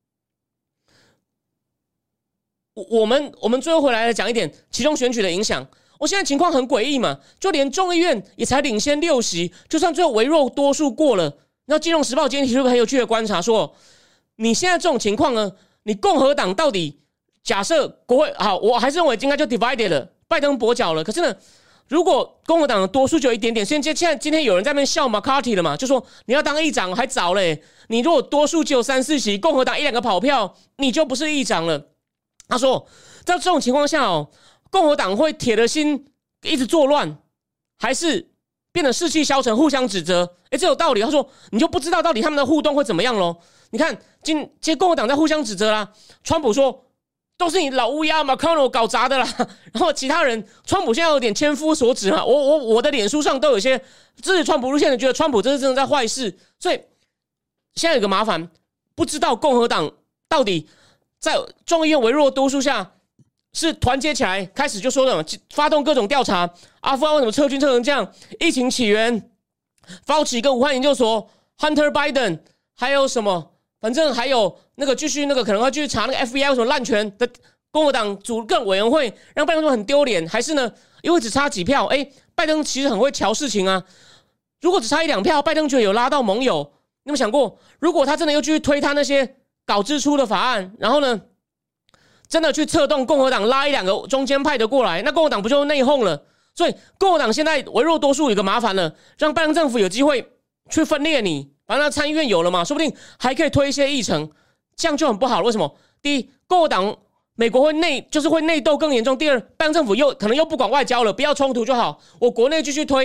我们最后回来讲一点其中选举的影响。我现在情况很诡异嘛，就连众议院也才领先6席，就算最后微弱多数过了。那《金融时报》今天提出一个很有趣的观察，说你现在这种情况呢，你共和党到底假设国会好，我还是认为应该就 divided 了，拜登跛脚了。可是呢，如果共和党的多数就有一点点，现在今天有人在那边笑 McCarthy 了嘛，就说你要当议长还早嘞，你如果多数只有3、4席，共和党1、2个跑票，你就不是议长了。他说，在这种情况下共和党会铁了心一直作乱，还是变得士气消沉，互相指责？这有道理。他说，你就不知道到底他们的互动会怎么样咯。你看，今天共和党在互相指责啦，川普说。都是你老乌鸦 McConnell 搞砸的啦，然后其他人，川普现在有点千夫所指嘛，我的脸书上都有些支持川普路线的，觉得川普这是真的在坏事，所以现在有个麻烦，不知道共和党到底在众议院微弱多数下是团结起来，开始就说了发动各种调查，阿富汗为什么撤军撤成这样，疫情起源 ，Fauci 跟武汉研究所 ，Hunter Biden， 还有什么？反正还有那个继续那个可能会继续查那个 FBI 有什么滥权的共和党组各种委员会，让拜登很丢脸，还是呢？因为只差几票，拜登其实很会瞧事情啊。如果只差1、2票，拜登觉得有拉到盟友，你有没有想过，如果他真的又继续推他那些搞支出的法案，然后呢，真的去策动共和党拉1、2个中间派的过来，那共和党不就内讧了？所以共和党现在微弱多数有个麻烦了，让拜登政府有机会去分裂你。反正参议院有了嘛，说不定还可以推一些议程，这样就很不好了。为什么？第一，共和党美国会内斗更严重；第二，拜登政府可能又不管外交了，不要冲突就好，我国内继续推，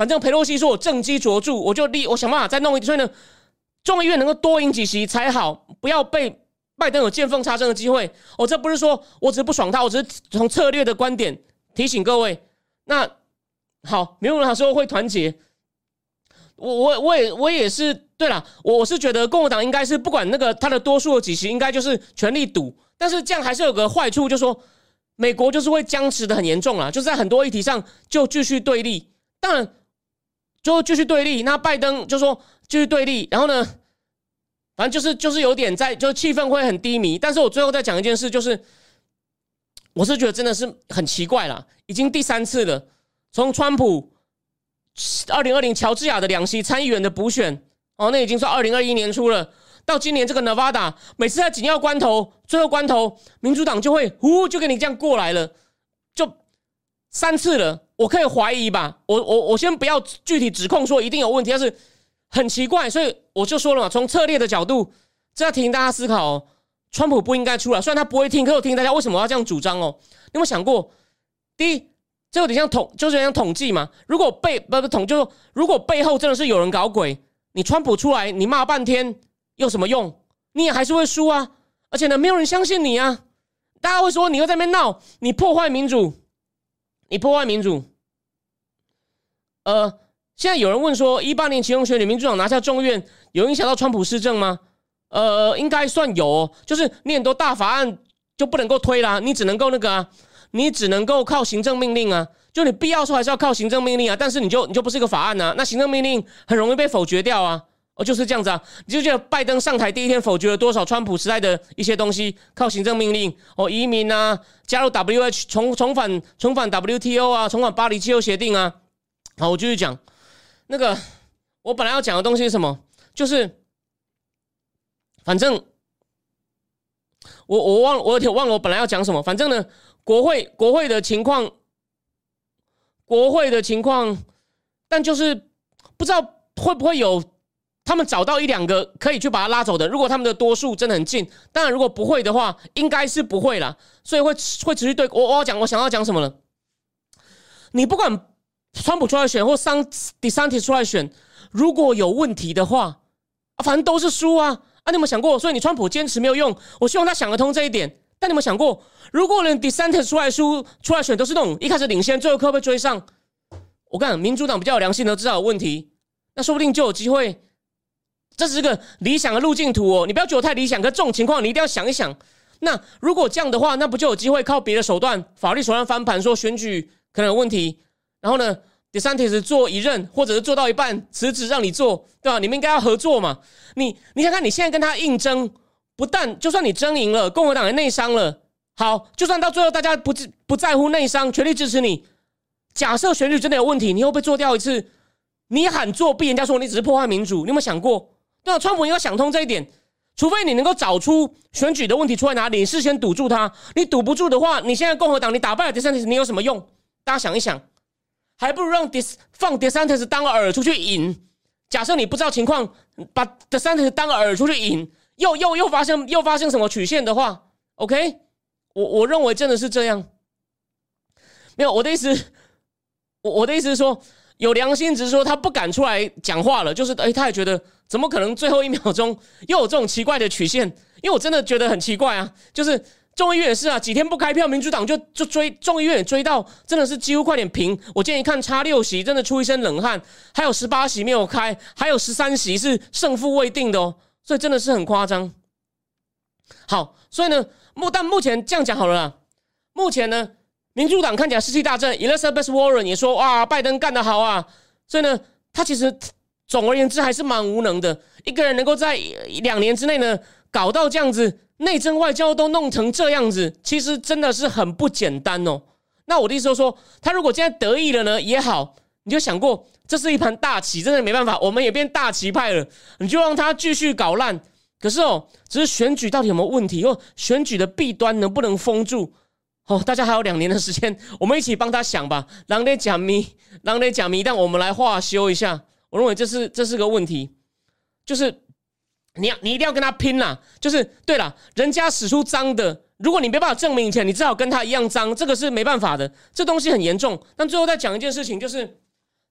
反正佩洛西说我政绩卓著，我想办法再弄一，所以呢，众议院能够多赢几席才好，不要被拜登有见缝插针的机会。这不是说我只是不爽他，我只是从策略的观点提醒各位。那好，民主党说会团结，我也是，对啦，我是觉得共和党应该是不管那个他的多数的几席，应该就是全力赌，但是这样还是有个坏处，就是说美国就是会僵持的很严重啦，就是在很多议题上就继续对立，当然就继续对立，那拜登就说继续对立，然后呢，反正就是有点就气氛会很低迷。但是我最后再讲一件事，就是我是觉得真的是很奇怪啦，已经第3次了，从川普2020乔治亚的2席参议员的补选，那已经算2021年初了，到今年这个 Nevada， 每次在紧要关头、最后关头，民主党就会就给你这样过来了，就3次了，我可以怀疑吧，我先不要具体指控说一定有问题，但是很奇怪，所以我就说了嘛，从策略的角度，这要提醒大家思考川普不应该出来，虽然他不会听，可是我提醒大家为什么要这样主张哦？你有没有想过，第一，这有点像统计嘛，如果如果背后真的是有人搞鬼，你川普出来，你骂半天有什么用？你也还是会输啊！而且呢，没有人相信你啊！大家会说你又在那边闹，你破坏民主。现在有人问说，18年期中选举，民主党拿下众议院，有影响到川普施政吗？应该算有哦，就是你很多大法案就不能够推啦，你只能够那个啊，你只能够靠行政命令啊。就你必要说还是要靠行政命令啊，但是你就不是一个法案啊，那行政命令很容易被否决掉啊。就是这样子啊，你就觉得拜登上台第一天否决了多少川普时代的一些东西，靠行政命令移民啊，加入 WH 重返 WTO 啊，重返巴黎气候协定啊。好，我继续讲那个我本来要讲的东西是什么，就是反正我有点忘了我本来要讲什么，反正呢，国会的情况，但就是不知道会不会有他们找到1-2个可以去把他拉走的，如果他们的多数真的很近，当然如果不会的话，应该是不会啦，所以会持续对我想要讲什么了。你不管川普出来选或DeSantis 出来选，如果有问题的话，反正都是输啊！你有没有想过？所以你川普坚持没有用，我希望他想得通这一点。但你有没有想过，如果连 DeSantis 出来选都是那种一开始领先，最后会不会追上？我看民主党比较有良心的知道有问题，那说不定就有机会。这是个理想的路径图哦，你不要觉得我太理想，可是这种情况你一定要想一想。那如果这样的话，那不就有机会靠别的手段、法律手段翻盘，说选举可能有问题，然后呢 ，DeSantis 做一任，或者是做到一半辞职让你做，对吧？你们应该要合作嘛。你想看，你现在跟他硬争，不但就算你争赢了，共和党也内伤了。好，就算到最后大家不在乎内伤，全力支持你。假设选举真的有问题，你会被做掉一次，你喊作弊，人家说你只是破坏民主，你有没有想过？对啊，川普应该想通这一点，除非你能够找出选举的问题出在哪里，你事先堵住它。你堵不住的话，你现在共和党你打败了 DeSantis， 你有什么用？大家想一想，还不如放 DeSantis 当个出去引。假设你不知道情况，把 DeSantis 当个出去引，又发生什么曲线的话 ，OK？ 我认为真的是这样。没有，我的意思是说，有良心，只是说他不敢出来讲话了，就是他也觉得怎么可能最后1秒钟又有这种奇怪的曲线？因为我真的觉得很奇怪啊，就是众议院也是啊，几天不开票，民主党就追众议院也追到真的是几乎快点平。我建议看差6席，真的出一身冷汗，还有18席没有开，还有13席是胜负未定的哦，所以真的是很夸张。好，所以呢，但目前这样讲好了啦，目前呢。民主党看起来士气大振 ，Elizabeth Warren 也说哇，拜登干得好啊！所以呢，他其实总而言之还是蛮无能的。一个人能够在2年之内呢，搞到这样子，内政外交都弄成这样子，其实真的是很不简单哦。那我的意思就是说，他如果现在得意了呢，也好，你就想过这是一盘大棋，真的没办法，我们也变大棋派了，你就让他继续搞烂。可是只是选举到底有没有问题，或选举的弊端能不能封住？大家还有2年的时间，我们一起帮他想吧。人在讲迷，但我们来化修一下。我认为这是个问题，就是你一定要跟他拼啦。就是对啦，人家使出脏的，如果你没办法证明以前，你至少跟他一样脏，这个是没办法的。这东西很严重。但最后再讲一件事情，就是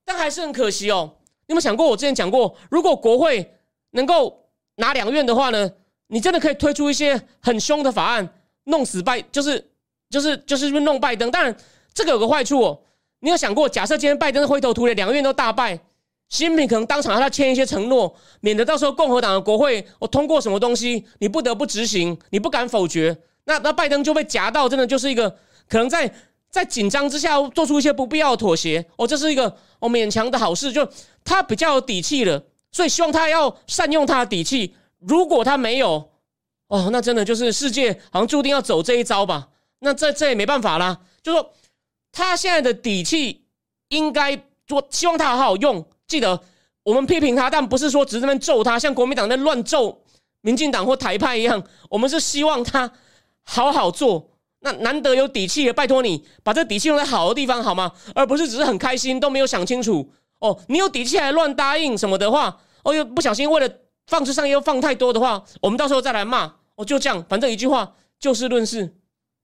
但还是很可惜哦。你有没有想过，我之前讲过，如果国会能够拿2院的话呢，你真的可以推出一些很凶的法案，弄死就是弄拜登。当然，这个有个坏处哦。你有想过，假设今天拜登灰头土脸，2院都大败，习近平可能当场要他签一些承诺，免得到时候共和党的国会通过什么东西，你不得不执行，你不敢否决，那拜登就被夹到，真的就是一个可能在紧张之下做出一些不必要的妥协这是一个勉强的好事，就他比较有底气了，所以希望他要善用他的底气。如果他没有那真的就是世界好像注定要走这一招吧。那这也没办法啦，就说他现在的底气应该希望他好好用。记得我们批评他，但不是说只是在那边咒他，像国民党在乱咒民进党或台派一样，我们是希望他好好做。那难得有底气了，拜托你把这底气用在好的地方好吗？而不是只是很开心都没有想清楚你有底气还乱答应什么的话又不小心为了放之上又放太多的话，我们到时候再来骂就这样，反正一句话，就事论事，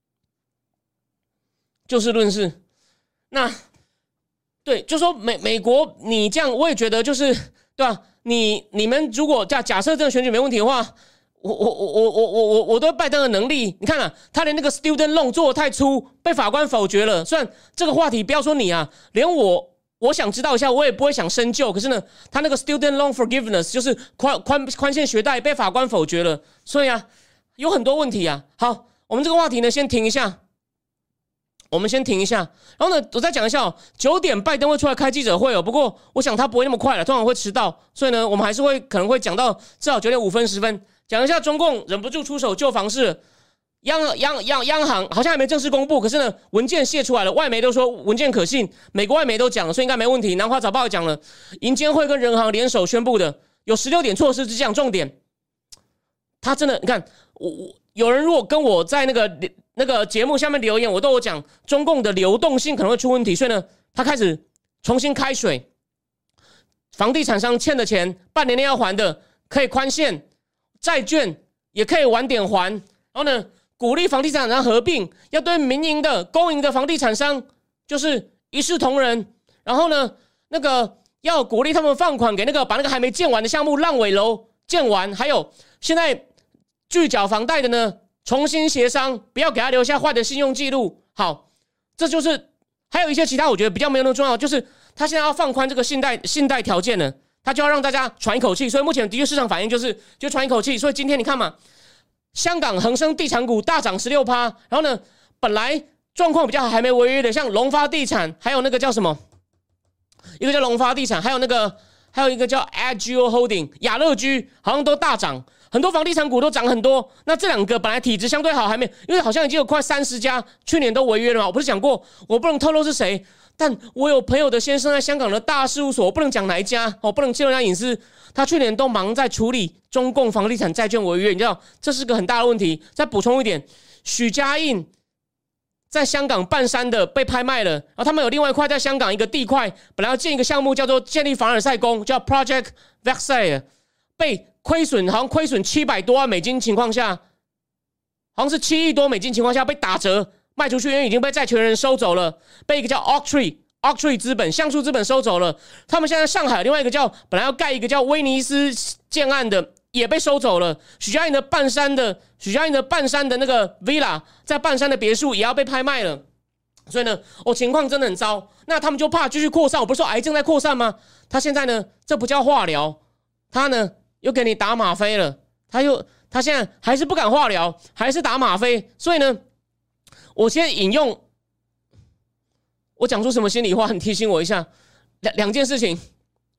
就事论事。那对，就说美国你这样，我也觉得就是对吧？你们如果假设这个选举没问题的话，我对拜登的能力，你看啊，他连那个 student loan 做得太粗，被法官否决了。虽然这个话题不要说你啊，连我想知道一下，我也不会想深究。可是呢，他那个 student loan forgiveness 就是宽限学贷被法官否决了，所以有很多问题啊。好，我们这个话题呢先停一下。我们先停一下，然后呢，我再讲一下9点拜登会出来开记者会不过我想他不会那么快了，通常会迟到，所以呢，我们还是可能会讲到至少9点5分10分，讲一下中共忍不住出手救房市，央行好像还没正式公布，可是呢，文件泄出来了，外媒都说文件可信，美国外媒都讲了，所以应该没问题。南华早报也讲了，银监会跟人行联手宣布的有16点措施，只讲重点。他真的，你看有人如果跟我在那个节目下面留言，我都有讲中共的流动性可能会出问题，所以呢，他开始重新开水，房地产商欠的钱半年内要还的可以宽限，债券也可以晚点还，然后呢，鼓励房地产商合并，要对民营的公营的房地产商就是一视同仁，然后呢，那个要鼓励他们放款给把那个还没建完的项目烂尾楼建完，还有现在拒缴房贷的呢，重新协商，不要给他留下坏的信用记录。好，这就是还有一些其他我觉得比较没有那么重要，就是他现在要放宽这个信贷条件呢，他就要让大家喘一口气。所以目前的确市场反应就喘一口气。所以今天你看嘛，香港恒生地产股大涨16%，然后呢，本来状况比较好还没违约的，像龙发地产，还有那个叫什么，一个叫龙发地产，还有一个叫 Agio Holding 雅乐居，好像都大涨。很多房地产股都涨很多，那这2个本来体质相对好，还没，因为好像已经有快30家去年都违约了嘛。我不是讲过，我不能透露是谁，但我有朋友的先生在香港的大事务所，我不能讲哪一家，不能泄露人家隐私。他去年都忙在处理中共房地产债券违约，你知道这是个很大的问题。再补充一点，许家印在香港半山的被拍卖了，然后他们有另外一块在香港一个地块，本来要建一个项目叫做建立凡尔赛宫，叫 Project Versailles， 被亏损，好像亏损700多万美金情况下，好像是7亿多美金情况下被打折卖出去，因为已经被债权人收走了，被一个叫 Oaktree 资本橡树资本收走了。他们现在上海另外一个本来要盖一个叫威尼斯建案的也被收走了。许家印的半山的那个 villa 在半山的别墅也要被拍卖了。所以呢，情况真的很糟。那他们就怕继续扩散，我不是说癌症在扩散吗？他现在呢，这不叫化疗，他呢又给你打吗啡了，他现在还是不敢化疗，还是打吗啡。所以呢，我先引用，我讲出什么心里话，你提醒我一下，两件事情。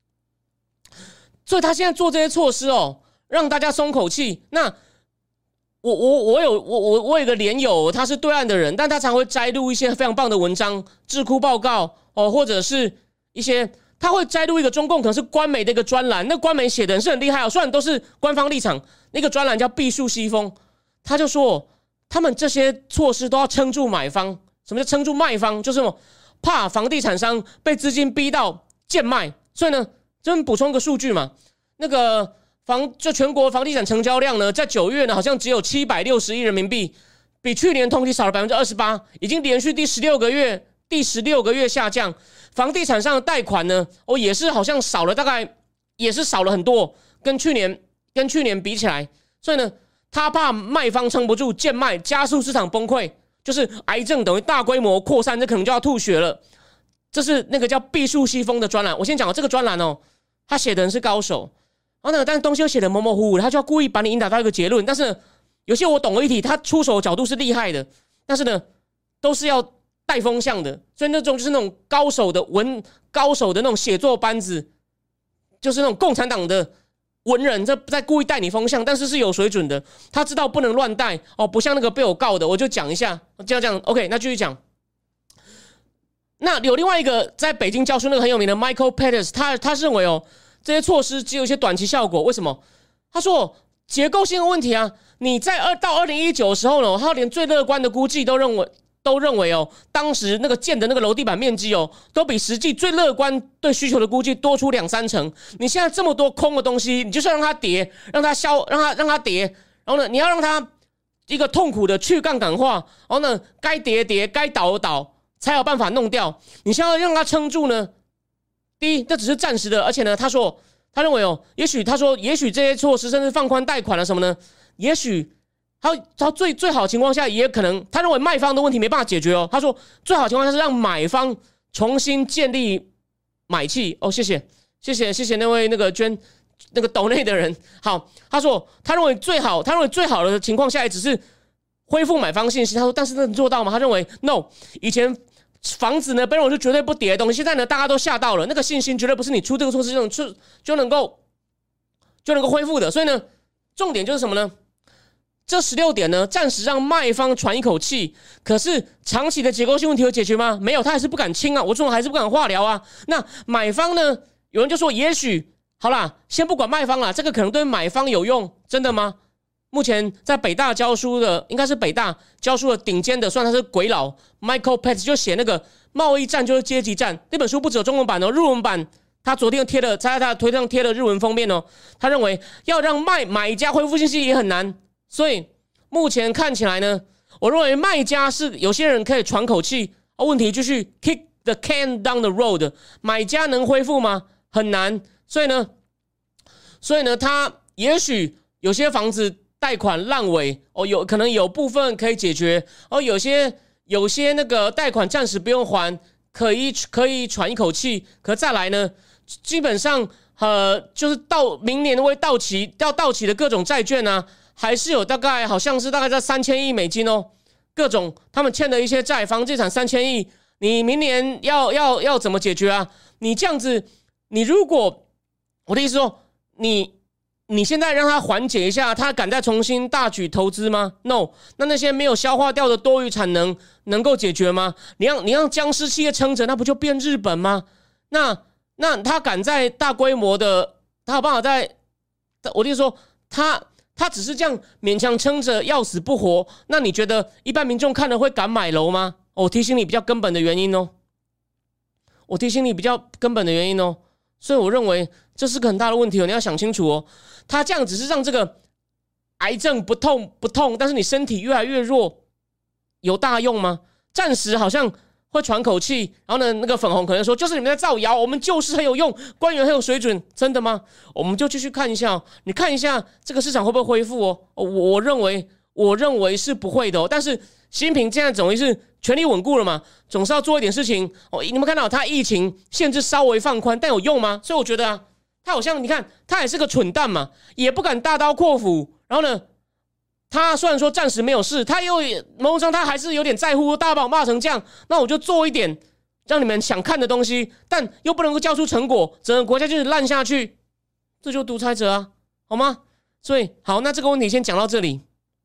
所以他现在做这些措施让大家松口气。那我有一个连友，他是对岸的人，但他常会摘录一些非常棒的文章，智库报告或者是一些。他会摘录一个中共可能是官媒的一个专栏，那官媒写的人是很厉害虽然都是官方立场，那个专栏叫毕树西风，他就说他们这些措施都要撑住买方。什么叫撑住卖方？就是怕房地产商被资金逼到贱卖。所以呢，这边补充个数据嘛，那个就全国房地产成交量呢，在9月呢好像只有760亿人民币，比去年同期少了28%，已经连续第16个月第16个月下降，房地产上的贷款呢，也是好像少了，大概也是少了很多，跟去年比起来，所以呢，他怕卖方撑不住贱卖，加速市场崩溃，就是癌症等于大规模扩散，这可能就要吐血了。这是那个叫毕树西风的专栏，我先讲这个专栏他写的人是高手，然后呢，但是东西又写的模模糊糊的，他就要故意把你引导到一个结论，但是呢有些我懂了一题，他出手的角度是厉害的，但是呢，都是要带风向的，所以那种就是那种高手的那种写作班子，就是那种共产党的文人在故意带你风向，但是是有水准的，他知道不能乱带不像那个被我告的，我就讲一下，这样 OK， 那继续讲。那有另外一个在北京教书那个很有名的 Michael Pettis， 他认为这些措施只有一些短期效果，为什么？他说结构性的问题啊，你到2019的时候呢，他连最乐观的估计都认为当时那个建的那个楼地板面积都比实际最乐观对需求的估计多出2-3成。你现在这么多空的东西，你就是让它跌，让它跌，然后呢，你要让它一个痛苦的去杠杆化，然后呢，该跌跌，该倒倒，才有办法弄掉。你现在让它撑住呢，第一，这只是暂时的，而且呢，他认为也许这些措施甚至放宽贷款了什么呢？也许他最好的情况下，也可能他认为卖方的问题没办法解决他说最好的情况下是让买方重新建立买气谢谢那位那个捐那个抖内的人。好，他认为最好的情况下也只是恢复买方信心。他说，但是能做到吗？他认为 no， 以前房子呢本来是绝对不跌的东西，现在呢大家都吓到了，那个信心绝对不是你出这个措施就能够恢复的。所以呢，重点就是什么呢？这16点呢，暂时让卖方喘一口气，可是长期的结构性问题有解决吗？没有，他还是不敢清啊，我这种还是不敢化疗啊。那买方呢？有人就说，也许好啦，先不管卖方啦，这个可能对买方有用，真的吗？目前在北大教书的，应该是北大教书的顶尖的，算他是鬼佬 Michael Pettis 就写那个贸易战就是阶级战那本书，不只有中文版日文版。他昨天在他的推特上贴了日文封面他认为要让买家恢复信心也很难。所以目前看起来呢，我认为卖家是有些人可以喘口气，问题继续 kick the can down the road， 买家能恢复吗？很难。所以呢，他也许有些房子贷款烂尾可能有部分可以解决有些那个贷款暂时不用还，可以喘一口气。可再来呢，基本上就是到明年会到期的各种债券啊。还是有好像是大概在$3000亿各种他们欠的一些债，房地产3000亿，你明年要怎么解决啊？你这样子，你如果我的意思说，你现在让他缓解一下，他敢再重新大举投资吗 ？No， 那些没有消化掉的多余产能够解决吗？你让僵尸企业撑着，那不就变日本吗？那他敢在大规模的，他有办法在，我的意思说他只是这样勉强撑着要死不活，那你觉得一般民众看了会敢买楼吗？我提醒你比较根本的原因所以我认为这是个很大的问题你要想清楚他这样只是让这个癌症不痛，但是你身体越来越弱，有大用吗？暂时好像会喘口气，然后呢，那个粉红可能说就是你们在造谣，我们就是很有用，官员很有水准，真的吗？我们就继续看一下你看一下这个市场会不会恢复我认为是不会的但是习近平现在总是权力稳固了嘛，总是要做一点事情你们看到他疫情限制稍微放宽，但有用吗？所以我觉得他好像你看他也是个蠢蛋嘛，也不敢大刀阔斧，然后呢他虽然说暂时没有事，他又某种上他还是有点在乎，大家把我骂成这样，那我就做一点让你们想看的东西，但又不能够交出成果，整个国家就是烂下去，这就独裁者好吗？所以好，那这个问题先讲到这里。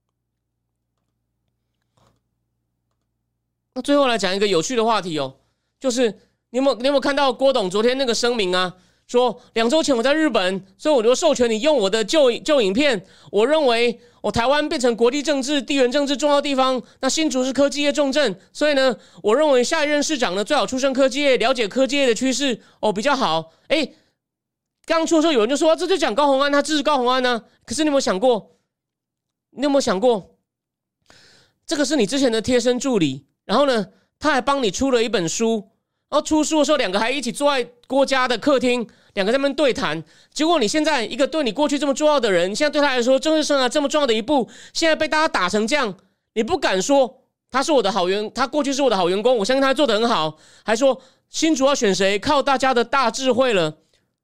那最后来讲一个有趣的话题就是你有没有看到郭董昨天那个声明说2周前我在日本，所以我就授权你用我的旧影片。我认为台湾变成国际政治、地缘政治重要地方，那新竹是科技业重镇，所以呢，我认为下一任市长呢最好出身科技业，了解科技业的趋势比较好。刚出的时候有人就说这就讲高虹安，他支持高虹安可是你有没有想过，这个是你之前的贴身助理，然后呢， 他还帮你出了一本书，然后出书的时候两个还一起坐在郭家的客厅，两个在那边对谈。结果你现在一个对你过去这么重要的人，现在对他来说政治生涯这么重要的一步，现在被大家打成这样，你不敢说他是我的好员，他过去是我的好员工，我相信他做得很好，还说新竹要选谁靠大家的大智慧了。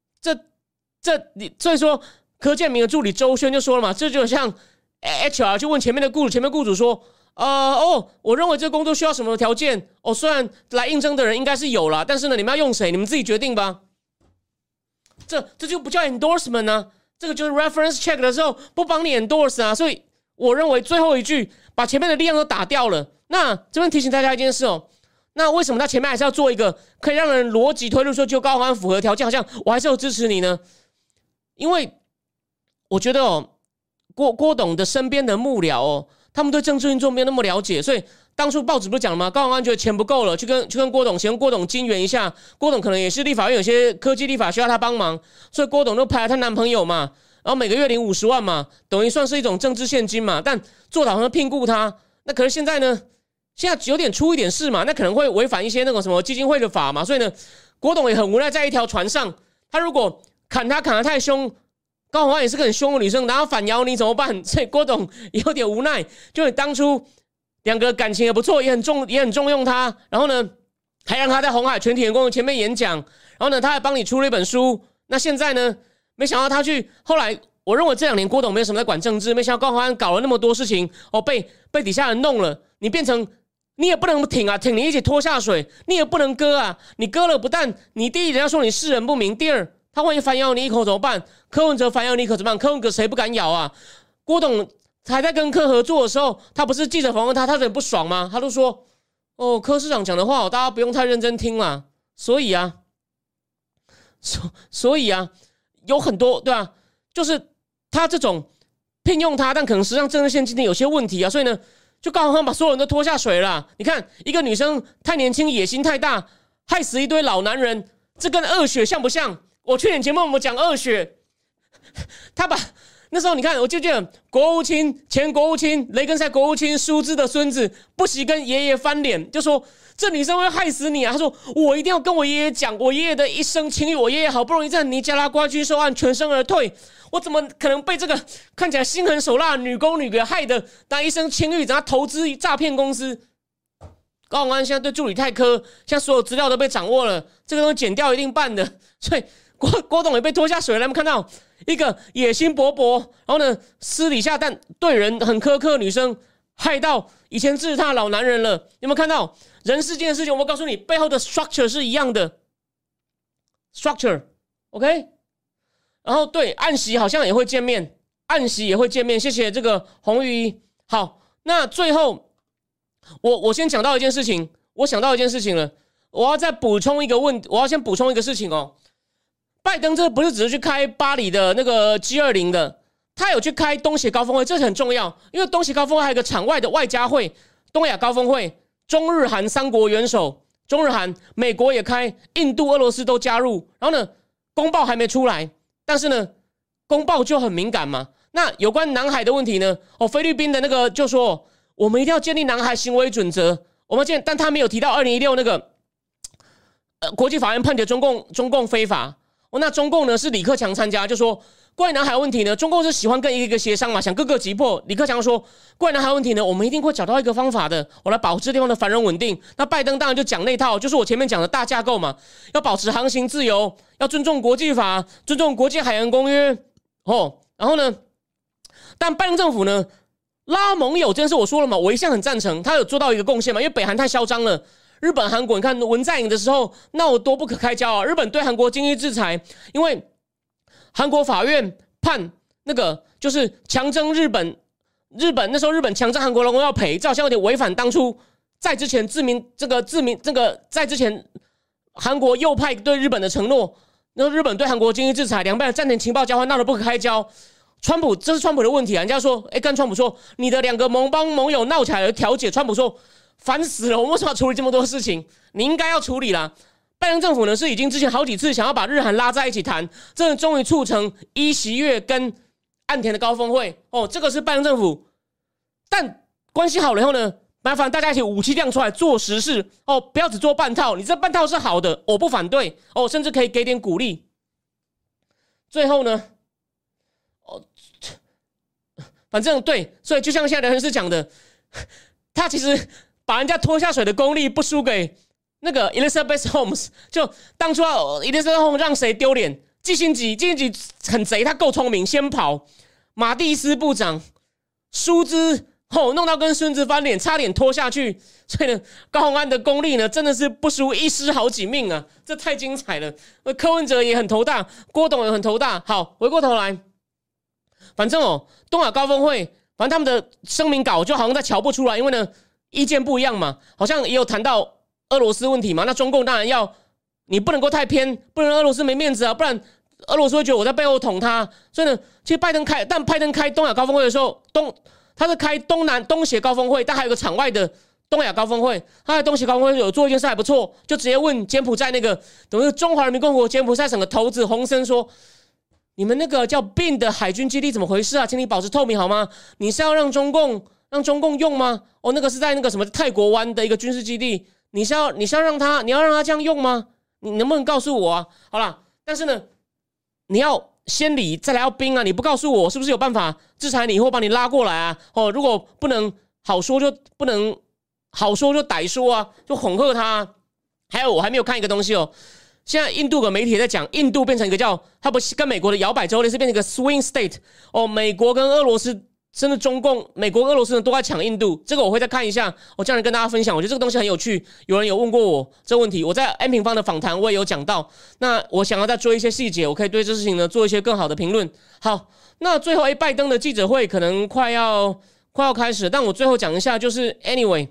所以说柯建铭的助理周轩就说了嘛，这就像 HR 去问前面的雇主说，我认为这个工作需要什么条件？虽然来应征的人应该是有啦，但是呢，你们要用谁，你们自己决定吧。这就不叫 endorsement 啊，这个就是 reference check 的时候不帮你 endorse 啊。所以我认为最后一句把前面的力量都打掉了。那这边提醒大家一件事那为什么他前面还是要做一个可以让人逻辑推论说就高虹安符合条件，好像我还是有支持你呢？因为我觉得郭董的身边的幕僚他们对政治运作没有那么了解，所以当初报纸不是讲了吗？高虹安觉得钱不够了，去跟郭董，请郭董金援一下。郭董可能也是立法院有些科技立法需要他帮忙，所以郭董就派了她男朋友嘛，然后每个月领50万嘛，等于算是一种政治现金嘛。但做的好像聘雇他，那可是现在呢？现在有点出一点事嘛，那可能会违反一些那种什么基金会的法嘛，所以呢，郭董也很无奈，在一条船上，他如果砍得太凶，高虹安也是个很凶的女生，然后反咬你怎么办？所以郭董也有点无奈，就你当初两个感情也不错，也很重用他，然后呢，还让他在鸿海全体员工前面演讲，然后呢，他还帮你出了一本书。那现在呢，没想到他去后来，我认为这2年郭董没有什么在管政治，没想到高虹安搞了那么多事情，被底下人弄了，你变成。你也不能挺你一起拖下水，你也不能割啊！你割了，不但你第一人家说你识人不明，第二他万一反咬你一口怎么办？柯文哲反咬你一口怎么办？柯文哲谁不敢咬啊？郭董还在跟柯合作的时候，他不是记者访问他有点不爽吗？他都说柯市长讲的话大家不用太认真听啦。所以啊，有很多对吧？就是他这种聘用他，但可能实际上政治现金有些问题啊，所以呢。就高虹安把所有人都拖下水了。你看，一个女生太年轻，野心太大，害死一堆老男人，这跟恶血像不像？我去年节目我们讲恶血，他把那时候你看，我就记得前国务卿雷根塞国务卿舒兹的孙子不惜跟爷爷翻脸，就说这女生会害死你啊！他说我一定要跟我爷爷讲，我爷爷的一生情谊，我爷爷好不容易在尼加拉瓜军售案全身而退。我怎么可能被这个看起来心狠手辣的女公女给害的？当一生清誉，让他投资诈骗公司。高虹安现在对助理太苛，现在所有资料都被掌握了，这个东西剪掉一定办的。所以郭董也被拖下水了。我们看到一个野心勃勃，然后呢私底下但对人很苛刻的女生，害到以前支持他的老男人了。有没有看到人世间的事情？我告诉你，背后的 structure 是一样的 structure。OK。然后对暗席好像也会见面，谢谢这个洪瑜。好，那最后我先讲到一件事情，我想到一件事情了，我要再补充一个我要先补充一个事情拜登这不是只是去开巴黎的那个 G20 的，他有去开东协高峰会，这很重要，因为东协高峰会还有一个场外的外加会，东亚高峰会，中日韩3国元首，中日韩，美国也开，印度、俄罗斯都加入，然后呢，公报还没出来。但是呢，公报就很敏感嘛。那有关南海的问题呢？菲律宾的那个就说，我们一定要建立南海行为准则。但他没有提到2016那个国际法院判决中共非法。那中共呢是李克强参加，就说关于南海问题呢，中共是喜欢跟一个协商嘛，想各个击破。李克强说，关于南海问题呢，我们一定会找到一个方法的，我来保持地方的繁荣稳定。那拜登当然就讲那套，就是我前面讲的大架构嘛，要保持航行自由，要尊重国际法，尊重国际海洋公约。然后呢，但拜登政府呢拉盟友这件事我说了嘛，我一向很赞成，他有做到一个贡献嘛，因为北韩太嚣张了。日本、韩国，你看文在寅的时候闹得多不可开交啊！日本对韩国经济制裁，因为韩国法院判那个就是强征日本那时候日本强征韩国劳工要赔，这好像有点违反当初在之前在之前韩国右派对日本的承诺。那日本对韩国经济制裁，两边暂停情报交换，闹得不可开交。这是川普的问题啊！人家说，跟川普说，你的2个盟邦盟友闹起来了，调解。川普说，烦死了，我们为什么要处理这么多事情？你应该要处理啦。拜登政府呢是已经之前好几次想要把日韩拉在一起谈，这终于促成尹锡悦跟岸田的高峰会。这个是拜登政府，但关系好了以后呢， 麻烦大家一起武器亮出来做实事哦，不要只做半套。你这半套是好的，我不反对哦，甚至可以给点鼓励。最后呢，反正对，所以就像现在的人士讲的，他其实把人家拖下水的功力不输给那个 Elizabeth Holmes。就当初Elizabeth Holmes 让谁丢脸？基辛吉很贼，他够聪明，先跑。马蒂斯部长疏枝弄到跟孙子翻脸，差点拖下去。所以呢，高虹安的功力呢，真的是不输一尸好几命啊！这太精彩了。柯文哲也很头大，郭董也很头大。好，回过头来，反正东亚高峰会，反正他们的声明稿就好像在瞧不出来，因为呢意见不一样嘛，好像也有谈到俄罗斯问题嘛。那中共当然要你不能够太偏，不能俄罗斯没面子啊，不然俄罗斯会觉得我在背后捅他。所以呢，其实拜登开东亚高峰会的时候，他是开东协高峰会，但还有个场外的东亚高峰会。他在东协高峰会有做一件事还不错，就直接问柬埔寨那个等于中华人民共和国柬埔寨省的头子洪森说：“你们那个叫 BIN 的海军基地怎么回事啊？请你保持透明好吗？你是要让中共用吗？那个是在那个什么泰国湾的一个军事基地，你要让他这样用吗？你能不能告诉我啊？好啦，但是呢，你要先礼再来要兵啊！你不告诉我，是不是有办法制裁你或把你拉过来啊？如果不能好说就歹说啊，就恐吓他啊。还有我还没有看一个东西现在印度的媒体也在讲，印度变成一个它不跟美国的摇摆州类似，变成一个 swing state 美国跟俄罗斯甚至中共，美国、俄罗斯呢都在抢印度，这个我会再看一下，我这样跟大家分享。我觉得这个东西很有趣，有人有问过我这个问题，我在 M 平方的访谈我也有讲到。那我想要再追一些细节，我可以对这事情呢做一些更好的评论。好，那最后拜登的记者会可能快要开始，但我最后讲一下，就是 anyway，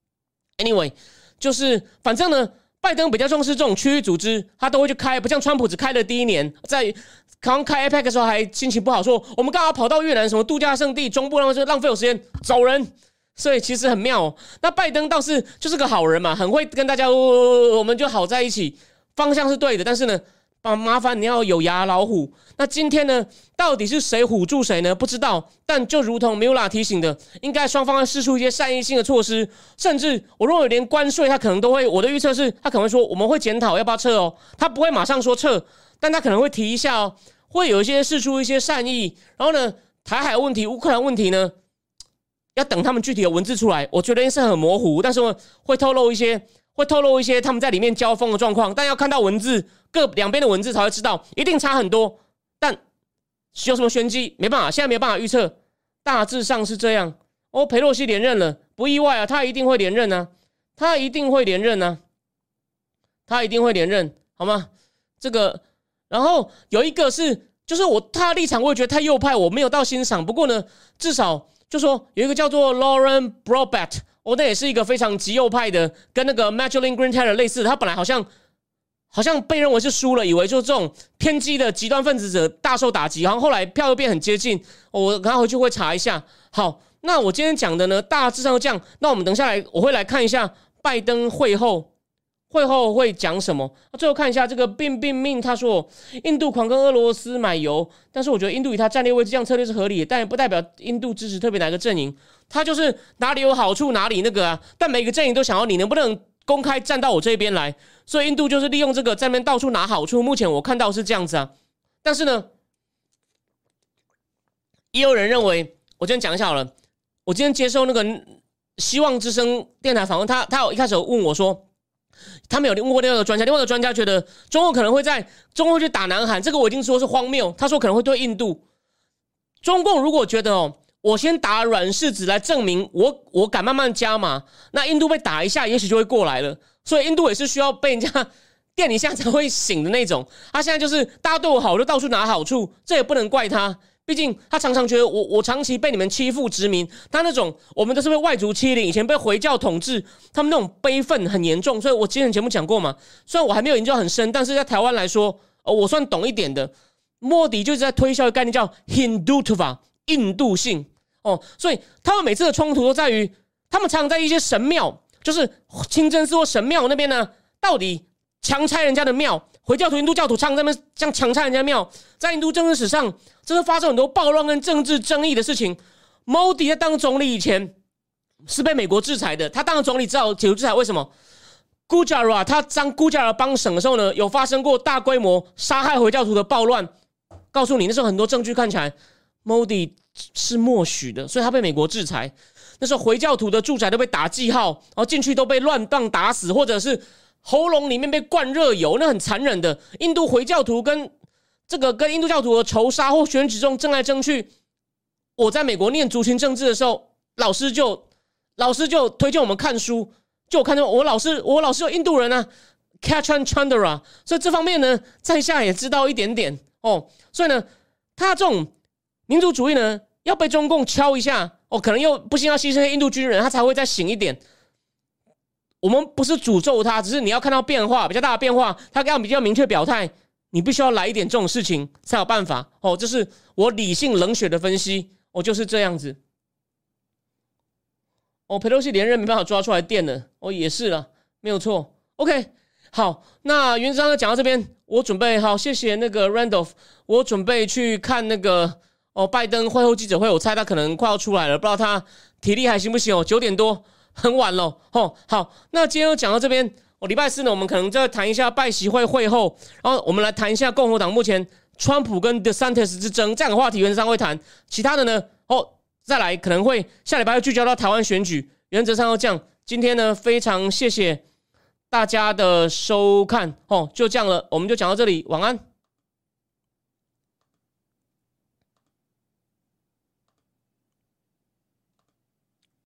就是反正呢，拜登比较重视这种区域组织，他都会去开，不像川普只开了第一年，在刚开 APEC 的时候还心情不好，说我们干嘛跑到越南什么度假胜地中部，浪费我时间走人。所以其实很妙那拜登倒是就是个好人嘛，很会跟大家我们就好在一起，方向是对的，但是呢麻烦你要有牙老虎。那今天呢到底是谁唬住谁呢？不知道，但就如同 Mula 提醒的，应该双方要释出一些善意性的措施，甚至我认为连关税他可能都会，我的预测是他可能会说我们会检讨要不要撤他不会马上说撤，但他可能会提一下会有一些释出一些善意。然后呢台海问题、乌克兰问题呢要等他们具体的文字出来，我觉得是很模糊，但是会透露一些他们在里面交锋的状况，但要看到文字，两边的文字才会知道，一定差很多。但有什么玄机？没办法，现在没办法预测，大致上是这样。裴洛西连任了，不意外啊，他一定会连任啊，好吗？这个，然后有一个是，就是他的立场，我也觉得太右派，我没有到欣赏。不过呢，至少就说有一个叫做 Lauren Broadbent，那也是一个非常极右派的，跟那个 Madeleine Green-Taylor 类似的。他本来好像被认为是输了，以为就是这种偏激的极端分子者大受打击，然后后来票又变很接近。我刚回去会查一下。好，那我今天讲的呢，大致上就这样。那我们等下来，我会来看一下拜登会后会讲什么。最后看一下这个病，他说印度狂跟俄罗斯买油，但是我觉得印度以他战略位置这样策略是合理的，但也不代表印度支持特别哪个阵营，他就是哪里有好处哪里那个啊。但每个阵营都想要你能不能公开站到我这边来，所以印度就是利用这个在那边到处拿好处。目前我看到是这样子啊，但是呢，也有人认为，我今天讲一下好了。我今天接受那个希望之声电台访问，他有一开始有问我说，他们有问过另外一个专家，另外一个专家觉得中共可能会去打南韩，这个我已经说是荒谬。他说可能会对印度，中共如果觉得我先打软柿子来证明我敢慢慢加码，那印度被打一下，也许就会过来了。所以印度也是需要被人家电一下才会醒的那种。他现在就是大家对我好，我就到处拿好处，这也不能怪他。毕竟他常常觉得我长期被你们欺负殖民，他那种我们都是被外族欺凌，以前被回教统治，他们那种悲愤很严重。所以我之前节目讲过嘛，虽然我还没有研究很深，但是在台湾来说，我算懂一点的。莫迪就是在推销一个概念叫 Hindutva 印度性所以他们每次的冲突都在于，他们常常在一些神庙，就是清真寺或神庙那边呢，到底强拆人家的庙，回教徒、印度教徒常常在那边这样强拆人家庙，在印度政治史上，真的发生很多暴乱跟政治争议的事情。Modi 在当总理以前是被美国制裁的。他当了总理只好解除制裁，为什么？Gujarat 他当 Gujarat 邦省的时候呢，有发生过大规模杀害回教徒的暴乱。告诉你，那时候很多证据看起来 Modi 是默许的，所以他被美国制裁。那时候回教徒的住宅都被打记号，然后进去都被乱棒打死，或者是喉咙里面被灌热油，那很残忍的。印度回教徒跟印度教徒的仇杀或选举中争来争去。我在美国念族群政治的时候，老师就推荐我们看书，就我看到我老师有印度人啊 ，Kachan Chandra， 所以这方面呢，在下也知道一点点哦。所以呢，他这种民族主义呢，要被中共敲一下哦，可能又不幸要牺牲印度军人，他才会再醒一点。我们不是诅咒他，只是你要看到变化比较大的变化，他要比较明确表态，你必须要来一点这种事情才有办法哦。这是我理性冷血的分析哦，就是这样子。哦，佩洛西连任没办法抓出来电了哦，也是了，没有错。OK， 好，那原则上讲到这边，我准备好，谢谢那个 Randolph， 我准备去看那个拜登会后记者会，我猜他可能快要出来了，不知道他体力还行不行哦，9点多很晚了哦。好，那今天就讲到这边。礼拜四呢，我们可能再谈一下拜习会会后，然后我们来谈一下共和党目前川普跟 DeSantis 之争这样的话题，原则上会谈。其他的呢，再来可能会下礼拜会聚焦到台湾选举，原则上要这样。今天呢，非常谢谢大家的收看就这样了，我们就讲到这里，晚安。